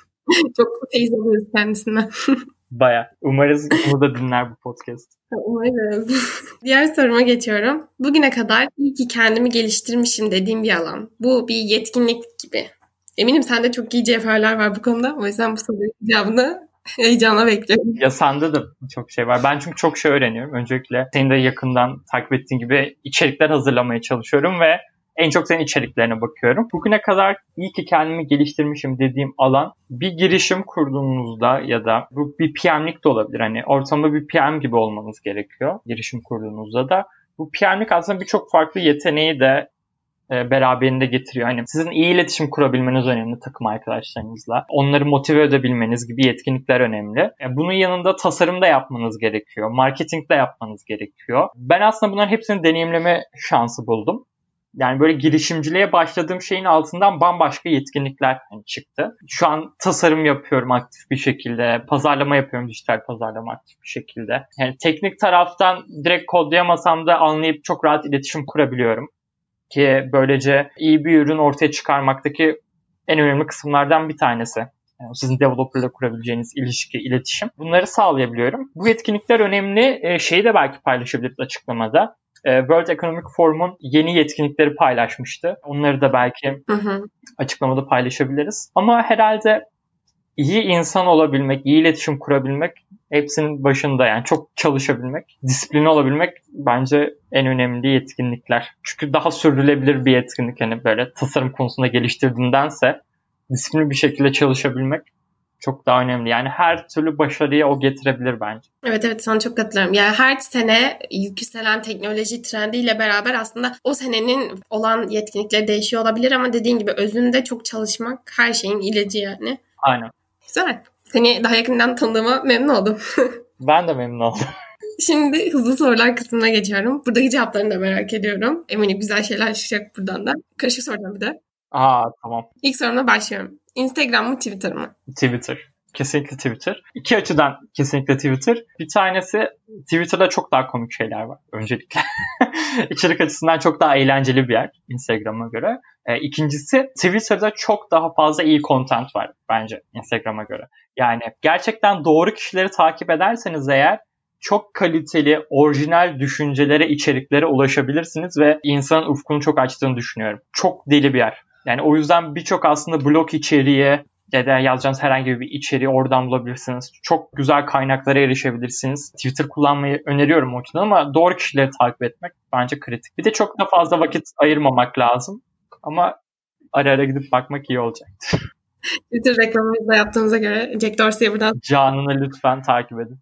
Çok feyiz alıyoruz kendisinden. Baya. Umarız bunu da dinler bu podcast. Umarız. Diğer soruma geçiyorum. Bugüne kadar iyi ki kendimi geliştirmişim dediğim bir alan. Bu bir yetkinlik gibi. Eminim sende çok iyi cevherler var bu konuda. O yüzden bu sorunun cevabını heyecanla bekliyorum. Ya sende de çok şey var. Ben çünkü çok şey öğreniyorum. Öncelikle seni de yakından takip ettiğin gibi içerikler hazırlamaya çalışıyorum ve en çok senin içeriklerine bakıyorum. Bugüne kadar iyi ki kendimi geliştirmişim dediğim alan bir girişim kurduğunuzda ya da bu bir PM'lik de olabilir. Hani ortamda bir PM gibi olmanız gerekiyor girişim kurduğunuzda da. Bu PM'lik aslında birçok farklı yeteneği de beraberinde getiriyor. Hani sizin iyi iletişim kurabilmeniz önemli takım arkadaşlarınızla. Onları motive edebilmeniz gibi yetkinlikler önemli. Bunun yanında tasarım da yapmanız gerekiyor. Marketing de yapmanız gerekiyor. Ben aslında bunların hepsini deneyimleme şansı buldum. Yani böyle girişimciliğe başladığım şeyin altından bambaşka yetkinlikler çıktı. Şu an tasarım yapıyorum aktif bir şekilde. Pazarlama yapıyorum, dijital pazarlama aktif bir şekilde. Yani teknik taraftan direkt kodlayamasam da anlayıp çok rahat iletişim kurabiliyorum. Ki böylece iyi bir ürün ortaya çıkarmaktaki en önemli kısımlardan bir tanesi. Yani sizin developer'la kurabileceğiniz ilişki, iletişim. Bunları sağlayabiliyorum. Bu yetkinlikler önemli. Şeyi de belki paylaşabiliriz açıklamada. World Economic Forum'un yeni yetkinlikleri paylaşmıştı. Onları da belki açıklamada paylaşabiliriz. Ama herhalde iyi insan olabilmek, iyi iletişim kurabilmek hepsinin başında, yani çok çalışabilmek, disiplinli olabilmek bence en önemli yetkinlikler. Çünkü daha sürdürülebilir bir yetkinlik, hani böyle tasarım konusunda geliştirdiğindense disiplinli bir şekilde çalışabilmek çok daha önemli. Yani her türlü başarıya o getirebilir bence. Evet, sana çok katılıyorum. Yani her sene yükselen teknoloji trendiyle beraber aslında o senenin olan yetkinlikleri değişiyor olabilir ama dediğin gibi özünde çok çalışmak her şeyin ilacı yani. Aynen. Güzel. Seni daha yakından tanıdığıma memnun oldum. Ben de memnun oldum. Şimdi hızlı sorular kısmına geçiyorum. Buradaki cevaplarını da merak ediyorum. Eminim güzel şeyler çıkacak buradan da. Karışık soracağım bir de. Tamam. İlk sorumla başlıyorum. Instagram mı Twitter mı? Twitter. Kesinlikle Twitter. İki açıdan kesinlikle Twitter. Bir tanesi, Twitter'da çok daha komik şeyler var öncelikle. İçerik açısından çok daha eğlenceli bir yer Instagram'a göre. İkincisi, Twitter'da çok daha fazla iyi content var bence Instagram'a göre. Yani gerçekten doğru kişileri takip ederseniz eğer çok kaliteli, orijinal düşüncelere, içeriklere ulaşabilirsiniz ve insanın ufkunu çok açtığını düşünüyorum. Çok deli bir yer. Yani o yüzden birçok aslında blog içeriği ya da yazacağınız herhangi bir içeriği oradan bulabilirsiniz. Çok güzel kaynaklara erişebilirsiniz. Twitter kullanmayı öneriyorum o yüzden ama doğru kişileri takip etmek bence kritik. Bir de çok da fazla vakit ayırmamak lazım. Ama ara ara gidip bakmak iyi olacaktır. Twitter reklamımızı da yaptığımıza göre Jack Dorsey'e buradan... Canını lütfen takip edin.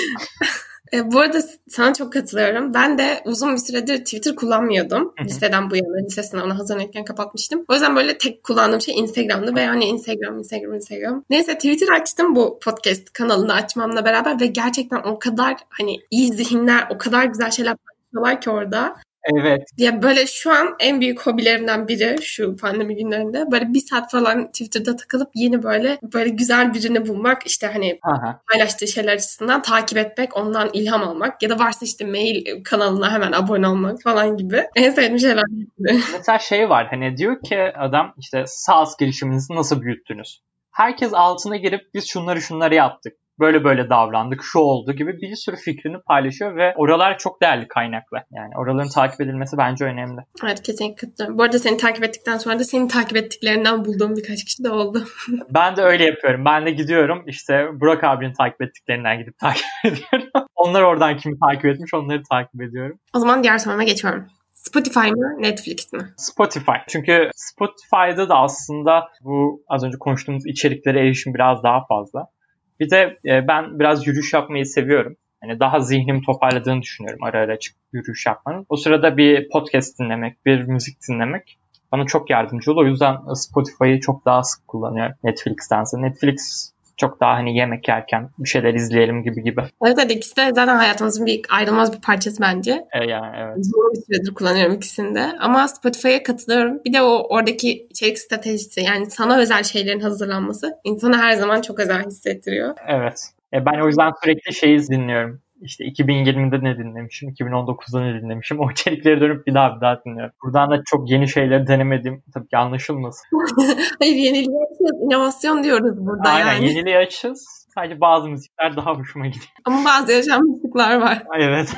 Bu arada sana çok katılıyorum. Ben de uzun bir süredir Twitter kullanmıyordum. Liseden bu yana, lise sınavına hazırlanırken kapatmıştım. O yüzden böyle tek kullandığım şey Instagram'dı ve yani Instagram. Neyse Twitter açtım bu podcast kanalını açmamla beraber ve gerçekten o kadar hani iyi zihinler, o kadar güzel şeyler paylaşıyorlar ki orada. Evet. Ya böyle şu an en büyük hobilerimden biri şu pandemi günlerinde böyle bir saat falan Twitter'da takılıp yeni böyle güzel birini bulmak, işte hani paylaştığı şeyler açısından takip etmek, ondan ilham almak ya da varsa işte mail kanalına hemen abone olmak falan gibi. En sevdiğim şeyler. Mesela şey var, hani diyor ki adam, işte SaaS girişiminizi nasıl büyüttünüz? Herkes altına girip biz şunları yaptık, böyle davrandık, şu oldu gibi bir sürü fikrini paylaşıyor ve oralar çok değerli kaynaklar. Yani oraların takip edilmesi bence önemli. Evet, kesinlikle katılıyorum. Bu arada seni takip ettikten sonra da senin takip ettiklerinden bulduğum birkaç kişi de oldu. Ben de öyle yapıyorum. Ben de gidiyorum işte Burak abinin takip ettiklerinden gidip takip ediyorum. Onlar oradan kimi takip etmiş onları takip ediyorum. O zaman diğer soruma geçiyorum. Spotify mı, Netflix mi? Spotify. Çünkü Spotify'da da aslında bu az önce konuştuğumuz içeriklere erişim biraz daha fazla. Bir de ben biraz yürüyüş yapmayı seviyorum. Yani daha zihnimi toparladığını düşünüyorum ara ara çıkıp yürüyüş yapmanın. O sırada bir podcast dinlemek, bir müzik dinlemek bana çok yardımcı oluyor. O yüzden Spotify'ı çok daha sık kullanıyorum Netflix'tense. Netflix çok daha hani yemek yerken bir şeyler izleyelim gibi. Evet, ikisi de zaten hayatımızın bir ayrılmaz bir parçası bence. Yani evet. Uzun bir süredir kullanıyorum ikisini de. Ama Spotify'a katılıyorum. Bir de oradaki içerik stratejisi, yani sana özel şeylerin hazırlanması insanı her zaman çok özel hissettiriyor. Evet. Ben o yüzden sürekli şeyi dinliyorum. İşte 2020'de ne dinlemişim, 2019'da ne dinlemişim. O içerikleri dönüp bir daha dinliyorum. Buradan da çok yeni şeyleri denemedim. Tabii ki anlaşılmasın. Hayır, yeniliği açığız. İnovasyon diyoruz burada. Aynen, yani. Yeniliği açığız. Sadece bazı müzikler daha hoşuma gidiyor. Ama bazı yaşanmışlıklar var. Evet.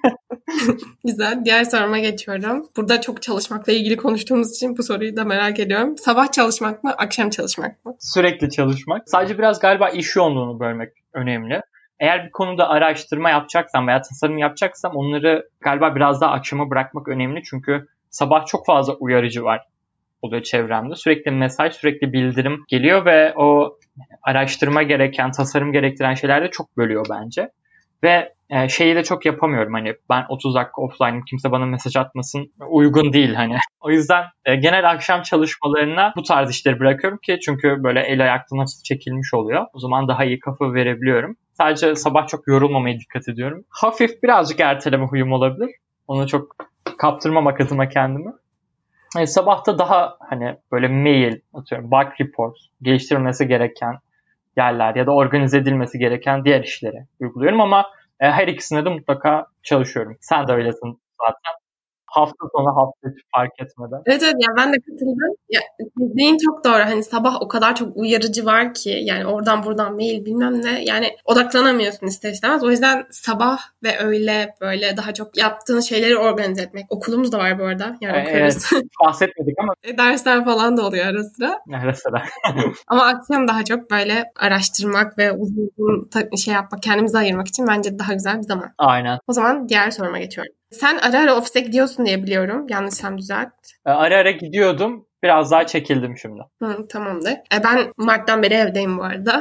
Güzel. Diğer soruma geçiyorum. Burada çok çalışmakla ilgili konuştuğumuz için bu soruyu da merak ediyorum. Sabah çalışmak mı, akşam çalışmak mı? Sürekli çalışmak. Sadece biraz galiba iş yoğunluğunu bölmek önemli. Eğer bir konuda araştırma yapacaksam veya tasarım yapacaksam onları galiba biraz daha akşama bırakmak önemli. Çünkü sabah çok fazla uyarıcı oluyor çevremde. Sürekli mesaj, sürekli bildirim geliyor ve o araştırma gereken, tasarım gerektiren şeyler de çok bölüyor bence. Ve şeyi de çok yapamıyorum, hani ben 30 dakika offline'ım, kimse bana mesaj atmasın, uygun değil hani. O yüzden genel akşam çalışmalarına bu tarz işleri bırakıyorum ki çünkü böyle el ayaktan hafif çekilmiş oluyor. O zaman daha iyi kafa verebiliyorum. Sadece sabah çok yorulmamaya dikkat ediyorum. Hafif birazcık erteleme huyum olabilir. Onu çok kaptırmamak adına kendimi. Sabahta daha hani böyle mail atıyorum, bug report, geliştirilmesi gereken yerler ya da organize edilmesi gereken diğer işleri uyguluyorum ama her ikisine de mutlaka çalışıyorum. Sen de öylesin zaten. Hafta sonu hafta içi fark etmeden. Evet ya ben de katıldım. Ya, dediğin çok doğru. Hani sabah o kadar çok uyarıcı var ki yani oradan buradan mail bilmem ne yani odaklanamıyorsun ister istemez. O yüzden sabah ve öğle böyle daha çok yaptığın şeyleri organize etmek. Okulumuz da var bu arada. Yani okuyoruz. Evet, bahsetmedik ama. Dersler falan da oluyor ara sıra. Ara sıra. Ama akşam daha çok böyle araştırmak ve uzun şey yapmak, kendimizi ayırmak için bence daha güzel bir zaman. Aynen. O zaman diğer soruma geçiyorum. Sen ara ara ofise gidiyorsun diye biliyorum. Yanlışsam düzelt. Ara ara gidiyordum. Biraz daha çekildim şimdi. Tamamdır. Ben Mart'tan beri evdeyim bu arada.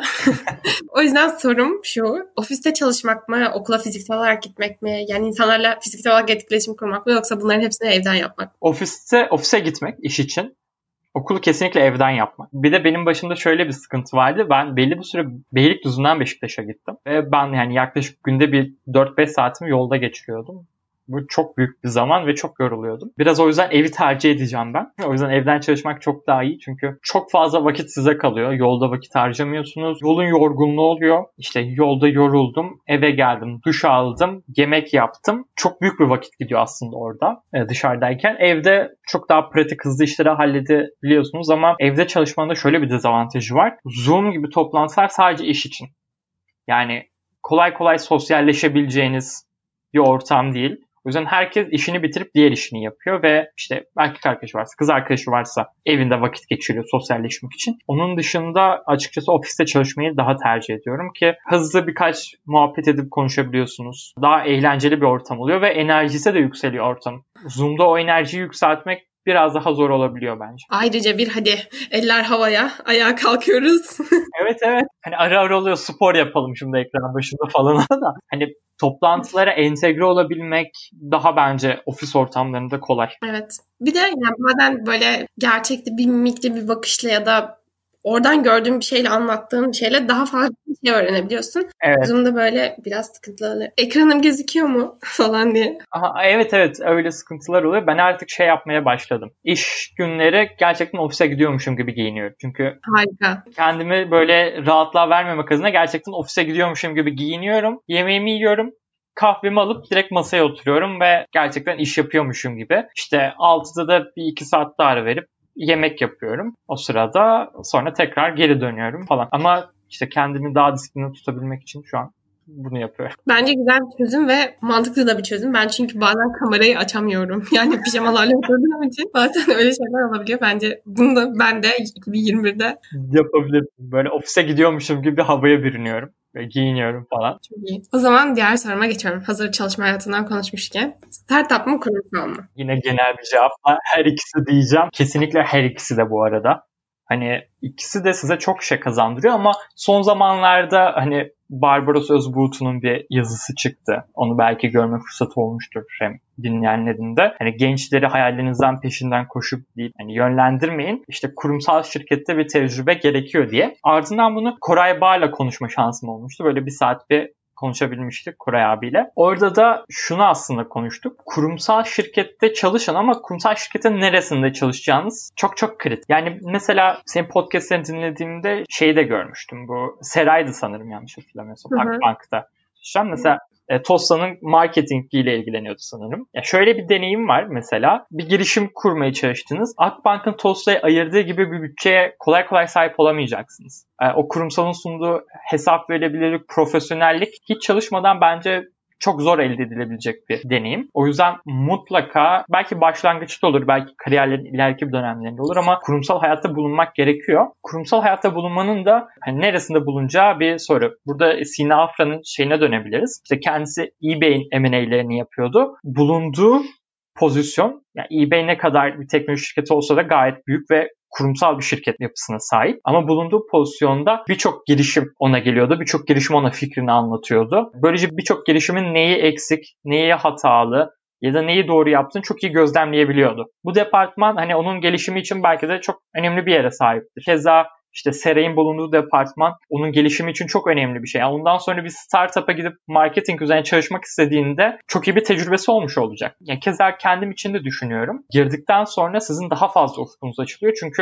O yüzden sorum şu. Ofiste çalışmak mı, okula fiziksel olarak gitmek mi? Yani insanlarla fiziksel olarak etkileşim kurmak mı yoksa bunların hepsini evden yapmak mı? Ofise gitmek iş için. Okulu kesinlikle evden yapmak. Bir de benim başımda şöyle bir sıkıntı vardı. Ben belli bir süre Beylikdüzü'nden Beşiktaş'a gittim. Ve ben yani yaklaşık günde bir 4-5 saatimi yolda geçiriyordum. Bu çok büyük bir zaman ve çok yoruluyordum. Biraz o yüzden evi tercih edeceğim ben. O yüzden evden çalışmak çok daha iyi. Çünkü çok fazla vakit size kalıyor. Yolda vakit harcamıyorsunuz. Yolun yorgunluğu oluyor. İşte yolda yoruldum. Eve geldim. Duş aldım. Yemek yaptım. Çok büyük bir vakit gidiyor aslında orada dışarıdayken. Evde çok daha pratik hızlı işleri halledebiliyorsunuz ama evde çalışmanın da şöyle bir dezavantajı var. Zoom gibi toplantılar sadece iş için. Yani kolay kolay sosyalleşebileceğiniz bir ortam değil. O yüzden herkes işini bitirip diğer işini yapıyor ve işte erkek arkadaşı varsa, kız arkadaşı varsa evinde vakit geçiriyor sosyalleşmek için. Onun dışında açıkçası ofiste çalışmayı daha tercih ediyorum ki hızlı birkaç muhabbet edip konuşabiliyorsunuz. Daha eğlenceli bir ortam oluyor ve enerjisi de yükseliyor ortam. Zoom'da o enerjiyi yükseltmek biraz daha zor olabiliyor bence. Ayrıca bir hadi eller havaya, ayağa kalkıyoruz. Evet. Hani ara ara oluyor spor yapalım şimdi ekran başında falan da. Hani toplantılara entegre olabilmek daha bence ofis ortamlarında kolay. Evet. Bir de yani bazen böyle gerçekte bir mimikli bir bakışla ya da oradan gördüğün bir şeyle anlattığın bir şeyle daha fazla bir şey öğrenebiliyorsun. Evet. Zoom'da böyle biraz sıkıntılı oluyor. Ekranım gözüküyor mu falan diye. Evet öyle sıkıntılar oluyor. Ben artık şey yapmaya başladım. İş günleri gerçekten ofise gidiyormuşum gibi giyiniyorum. Çünkü harika. Kendimi böyle rahatlığa vermemek adına gerçekten ofise gidiyormuşum gibi giyiniyorum. Yemeğimi yiyorum. Kahvemi alıp direkt masaya oturuyorum ve gerçekten iş yapıyormuşum gibi. İşte 6'da da bir 2 saat daha ara verip yemek yapıyorum. O sırada sonra tekrar geri dönüyorum falan. Ama işte kendimi daha disiplinli tutabilmek için şu an bunu yapıyorum. Bence güzel bir çözüm ve mantıklı da bir çözüm. Ben çünkü bazen kamerayı açamıyorum. Yani pijamalarla oturduğum için bazen öyle şeyler olabiliyor. Bence bunu da ben de 2021'de yapabilirim. Böyle ofise gidiyormuşum gibi havaya bürünüyorum. Ve giyiniyorum falan. Çok iyi. O zaman diğer soruma geçiyorum. Hazır çalışma hayatından konuşmuşken. Startup mı kurumsal mı? Yine genel bir cevapla her ikisi diyeceğim. Kesinlikle her ikisi de bu arada. Hani ikisi de size çok şey kazandırıyor ama son zamanlarda hani Barbaros Özbuğut'un bir yazısı çıktı. Onu belki görme fırsatı olmuştur hem dinleyenlerin de. Hani gençleri hayallerinizden peşinden koşup değil, hani yönlendirmeyin. İşte kurumsal şirkette bir tecrübe gerekiyor diye. Ardından bunu Koray Bağ'la konuşma şansım olmuştu. Böyle bir saat bir konuşabilmiştik Koray abiyle. Orada da şunu aslında konuştuk. Kurumsal şirkette çalışın ama kurumsal şirketin neresinde çalışacağınız çok çok kritik. Yani mesela senin podcast'ını dinlediğimde şeyi de görmüştüm. Bu Seray'dı sanırım yanlış hatırlamıyorsam. Akbank'ta. Şu an mesela Tossa'nın marketingiyle ilgileniyordu sanırım. Ya şöyle bir deneyim var mesela. Bir girişim kurmaya çalıştınız. Akbank'ın Tossa'ya ayırdığı gibi bir bütçeye kolay kolay sahip olamayacaksınız. O kurumsalın sunduğu hesap verilebilirlik, profesyonellik hiç çalışmadan bence çok zor elde edilebilecek bir deneyim. O yüzden mutlaka belki başlangıçta olur, belki kariyerlerin ileriki bir dönemlerinde olur ama kurumsal hayatta bulunmak gerekiyor. Kurumsal hayatta bulunmanın da neresinde bulunacağı bir soru. Burada Sina Afra'nın şeyine dönebiliriz. İşte kendisi eBay'in M&A'lerini yapıyordu. Bulunduğu pozisyon, yani eBay ne kadar bir teknoloji şirketi olsa da gayet büyük ve kurumsal bir şirket yapısına sahip. Ama bulunduğu pozisyonda birçok girişim ona geliyordu. Birçok girişim ona fikrini anlatıyordu. Böylece birçok girişimin neyi eksik, neyi hatalı ya da neyi doğru yaptığını çok iyi gözlemleyebiliyordu. Bu departman hani onun gelişimi için belki de çok önemli bir yere sahiptir. Keza işte Seray'ın bulunduğu departman onun gelişimi için çok önemli bir şey. Yani ondan sonra bir startup'a gidip marketing üzerine çalışmak istediğinde çok iyi bir tecrübesi olmuş olacak. Yani keza kendim için de düşünüyorum. Girdikten sonra sizin daha fazla ufkunuz açılıyor. Çünkü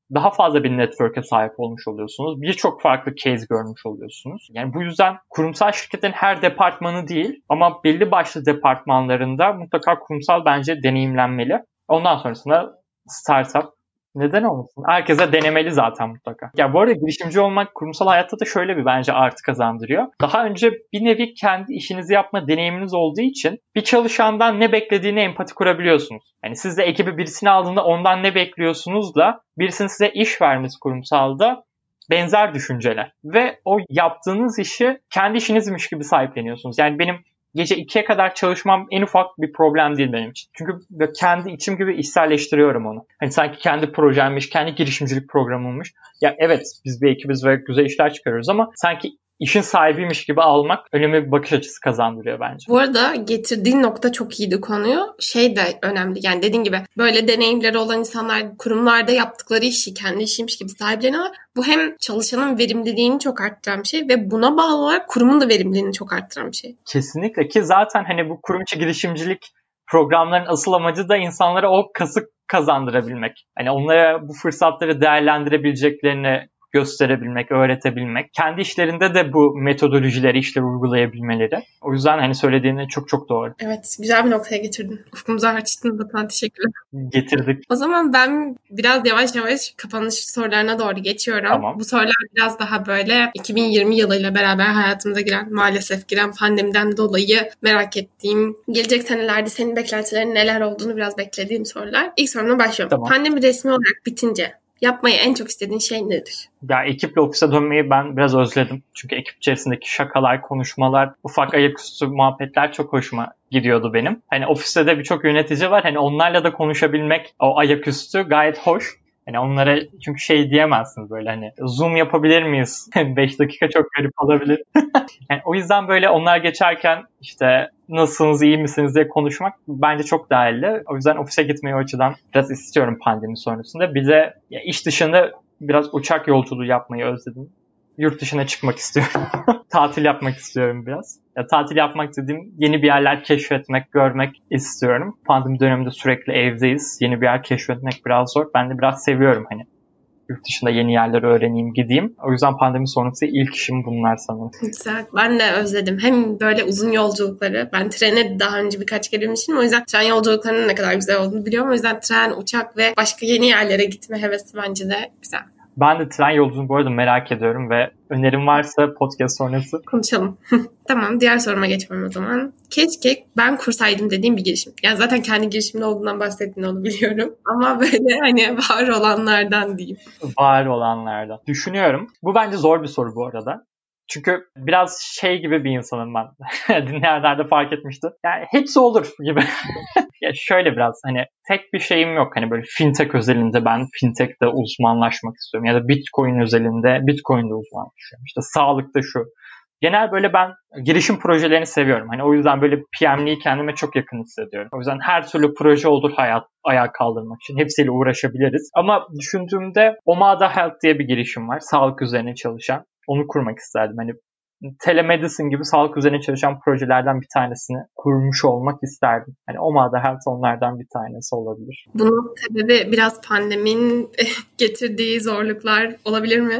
daha fazla bir network'e sahip olmuş oluyorsunuz. Birçok farklı case görmüş oluyorsunuz. Yani bu yüzden kurumsal şirketin her departmanı değil ama belli başlı departmanlarında mutlaka kurumsal bence deneyimlenmeli. Ondan sonrasında startup neden olmasın? Herkese denemeli zaten mutlaka. Ya bu arada girişimci olmak kurumsal hayatta da şöyle bir bence artı kazandırıyor. Daha önce bir nevi kendi işinizi yapma deneyiminiz olduğu için bir çalışandan ne beklediğine empati kurabiliyorsunuz. Yani siz de ekibi birisini aldığında ondan ne bekliyorsunuzla birisinin size iş vermesi kurumsalda benzer düşünceler. Ve o yaptığınız işi kendi işinizmiş gibi sahipleniyorsunuz. Yani benim gece 2'ye kadar çalışmam en ufak bir problem değil benim için. Çünkü kendi içim gibi içselleştiriyorum onu. Hani sanki kendi projemmiş, kendi girişimcilik programımmış. Ya evet biz bir ekibiz ve güzel işler çıkarıyoruz ama sanki işin sahibiymiş gibi almak önemli bir bakış açısı kazandırıyor bence. Bu arada getirdiğin nokta çok iyiydi konuyu. Şey de önemli yani dediğin gibi böyle deneyimleri olan insanlar kurumlarda yaptıkları işi kendi işiymiş gibi sahipleniyorlar. Bu hem çalışanın verimliliğini çok arttıran bir şey ve buna bağlı olarak kurumun da verimliliğini çok arttıran bir şey. Kesinlikle ki zaten hani bu kurum içi girişimcilik programların asıl amacı da insanlara o kası kazandırabilmek. Hani onlara bu fırsatları değerlendirebileceklerini gösterebilmek, öğretebilmek. Kendi işlerinde de bu metodolojileri, işleri uygulayabilmeleri. O yüzden hani söylediğin çok çok doğru. Evet, güzel bir noktaya getirdin. Ufkumuzu açtın da teşekkürler. Getirdik. O zaman ben biraz yavaş yavaş kapanış sorularına doğru geçiyorum. Tamam. Bu sorular biraz daha böyle 2020 yılıyla beraber hayatımıza maalesef giren pandemiden dolayı merak ettiğim, gelecek senelerde senin beklentilerin neler olduğunu biraz beklediğim sorular. İlk sorumla başlıyorum. Tamam. Pandemi resmi olarak bitince yapmayı en çok istediğin şey nedir? Ya ekiple ofise dönmeyi ben biraz özledim. Çünkü ekip içerisindeki şakalar, konuşmalar, ufak ayaküstü muhabbetler çok hoşuma gidiyordu benim. Hani ofiste de birçok yönetici var. Hani onlarla da konuşabilmek, o ayaküstü gayet hoş. Hani onlara çünkü şey diyemezsiniz böyle hani Zoom yapabilir miyiz? 5 dakika çok garip olabilir. Yani o yüzden böyle onlar geçerken işte nasılsınız, iyi misiniz diye konuşmak bence çok değerli. O yüzden ofise gitmeyi o açıdan biraz istiyorum pandemi sonrasında. Bir de ya iş dışında biraz uçak yolculuğu yapmayı özledim. Yurt dışına çıkmak istiyorum. Tatil yapmak istiyorum biraz. Ya, tatil yapmak dediğim yeni bir yerler keşfetmek, görmek istiyorum. Pandemi döneminde sürekli evdeyiz. Yeni bir yer keşfetmek biraz zor. Ben de biraz seviyorum hani. Yurt dışında yeni yerleri öğreneyim, gideyim. O yüzden pandemi sonrası ilk işim bunlar sanırım. Güzel. Ben de özledim. Hem böyle uzun yolculukları. Ben trene daha önce birkaç kere binmiştim. O yüzden tren yolculuklarının ne kadar güzel olduğunu biliyorum. O yüzden tren, uçak ve başka yeni yerlere gitme hevesi bence de güzel. Ben de tren yolculuğunu bu arada merak ediyorum ve önerim varsa podcast sonrası. Konuşalım. Tamam, diğer soruma geçiyorum o zaman. Keşke ben kursaydım dediğim bir girişim. Yani zaten kendi girişimde olduğundan bahsettiğini onu biliyorum. Ama böyle hani var olanlardan diyeyim. Var olanlardan. Düşünüyorum. Bu bence zor bir soru bu arada. Çünkü biraz şey gibi bir insanım ben. Dinleyenler de fark etmişti. Yani hepsi olur gibi. Ya şöyle biraz hani tek bir şeyim yok. Hani böyle fintech özelinde ben fintech'te uzmanlaşmak istiyorum. Ya da Bitcoin özelinde Bitcoin'de uzmanlaşıyorum. İşte sağlıkta şu. Genel böyle ben girişim projelerini seviyorum. Hani o yüzden böyle PM'liği kendime çok yakın hissediyorum. O yüzden her türlü proje olur ayağa kaldırmak için. Hepsiyle uğraşabiliriz. Ama düşündüğümde Omada Health diye bir girişim var. Sağlık üzerine çalışan. Onu kurmak isterdim. Hani telemedicine gibi sağlık üzerine çalışan projelerden bir tanesini kurmuş olmak isterdim. Hani Omada Health onlardan bir tanesi olabilir. Bunun sebebi biraz pandeminin getirdiği zorluklar olabilir mi?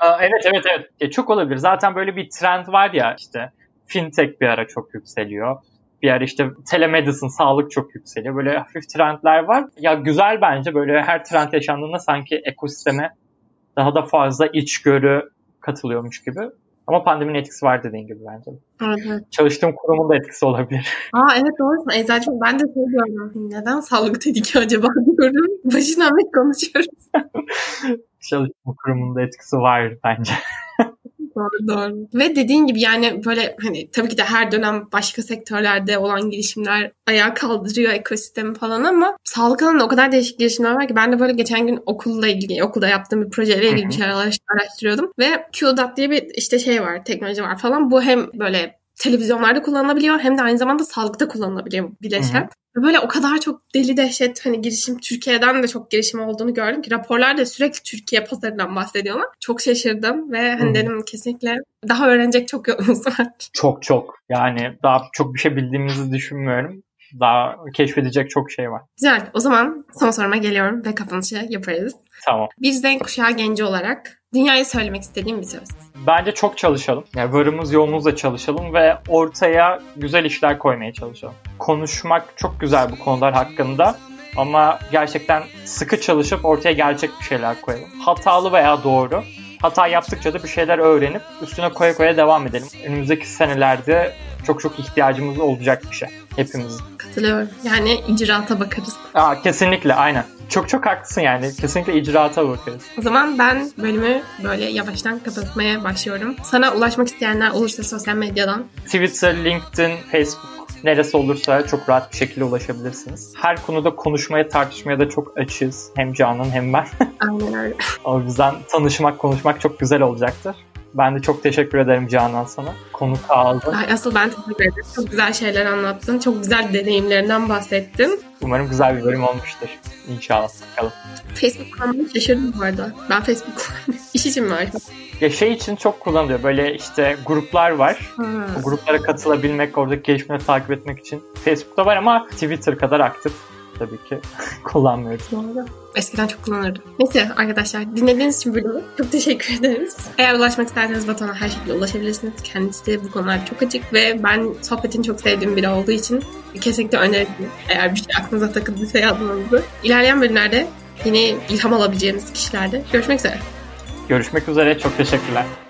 Evet. Çok olabilir. Zaten böyle bir trend var ya işte fintech bir ara çok yükseliyor. Bir ara işte telemedicine, sağlık çok yükseliyor. Böyle hafif trendler var. Ya güzel bence böyle her trend yaşandığında sanki ekosisteme daha da fazla içgörü katılıyormuş gibi. Ama pandeminin etkisi var dediğin gibi bence. Evet. Çalıştığım kurumun da etkisi olabilir. Evet doğrusun. Eczacım ben de söylüyorum. Neden sağlık dedik acaba diyorum. Başından beri konuşuyoruz. Çalıştığım kurumun da etkisi var bence. Doğru. Ve dediğin gibi yani böyle hani tabii ki de her dönem başka sektörlerde olan girişimler ayağa kaldırıyor ekosistemi falan ama sağlık alanında o kadar değişik girişimler var ki ben de böyle geçen gün okulda yaptığım bir projeyle ilgili bir şeyler araştırıyordum ve QDOT diye bir işte şey var, teknoloji var falan. Bu hem böyle televizyonlarda kullanılabiliyor hem de aynı zamanda sağlıkta kullanılabiliyor bileşen. Böyle o kadar çok deli dehşet hani girişim, Türkiye'den de çok girişim olduğunu gördüm ki raporlarda sürekli Türkiye pazarından bahsediyorlar. Çok şaşırdım ve hani dedim kesinlikle daha öğrenecek çok yolumuz var. Çok yani daha çok bir şey bildiğimizi düşünmüyorum. Daha keşfedecek çok şey var. Güzel. O zaman son soruma geliyorum ve kapanışı yaparız. Tamam. Bir Z kuşağı genci olarak dünyaya söylemek istediğim bir söz. Bence çok çalışalım. Yani varımız yoğumuzla çalışalım ve ortaya güzel işler koymaya çalışalım. Konuşmak çok güzel bu konular hakkında ama gerçekten sıkı çalışıp ortaya gerçek bir şeyler koyalım. Hatalı veya doğru. Hata yaptıkça da bir şeyler öğrenip üstüne koya koya devam edelim. Önümüzdeki senelerde çok ihtiyacımız olacak bir şey hepimizin. Katılıyorum. Yani icraata bakarız. Kesinlikle aynen. Çok haklısın yani. Kesinlikle icraata bakarız. O zaman ben bölümü böyle yavaştan kapatmaya başlıyorum. Sana ulaşmak isteyenler olursa sosyal medyadan. Twitter, LinkedIn, Facebook neresi olursa çok rahat bir şekilde ulaşabilirsiniz. Her konuda konuşmaya, tartışmaya da çok açığız. Hem Canan hem ben. Aynen öyle. O yüzden tanışmak, konuşmak çok güzel olacaktır. Ben de çok teşekkür ederim Canan sana. Konuk aldın. Asıl ben teşekkür ederim. Çok güzel şeyler anlattın. Çok güzel deneyimlerinden bahsettin. Umarım güzel bir bölüm olmuştur. İnşallah. Bakalım. Facebook kullanmayı şaşırdım bu arada. Ben Facebook kullanmıyorum. İş için mi var? Ya için çok kullanılıyor. Böyle işte gruplar var. O gruplara katılabilmek, oradaki gelişmeleri takip etmek için. Facebook'ta var ama Twitter kadar aktif tabii ki kullanmıyoruz. Doğru. Eskiden çok kullanırdım. Neyse arkadaşlar, dinlediğiniz için bölümü çok teşekkür ederiz. Eğer ulaşmak isterseniz Batuhan'a her şekilde ulaşabilirsiniz. Kendisi bu konularda çok açık ve ben sohbetini çok sevdiğim biri olduğu için kesinlikle öneririm. Eğer bir şey aklınıza takıldıysa yazmanızı. İlerleyen bölümlerde yine ilham alabileceğiniz kişilerde görüşmek üzere. Görüşmek üzere. Çok teşekkürler.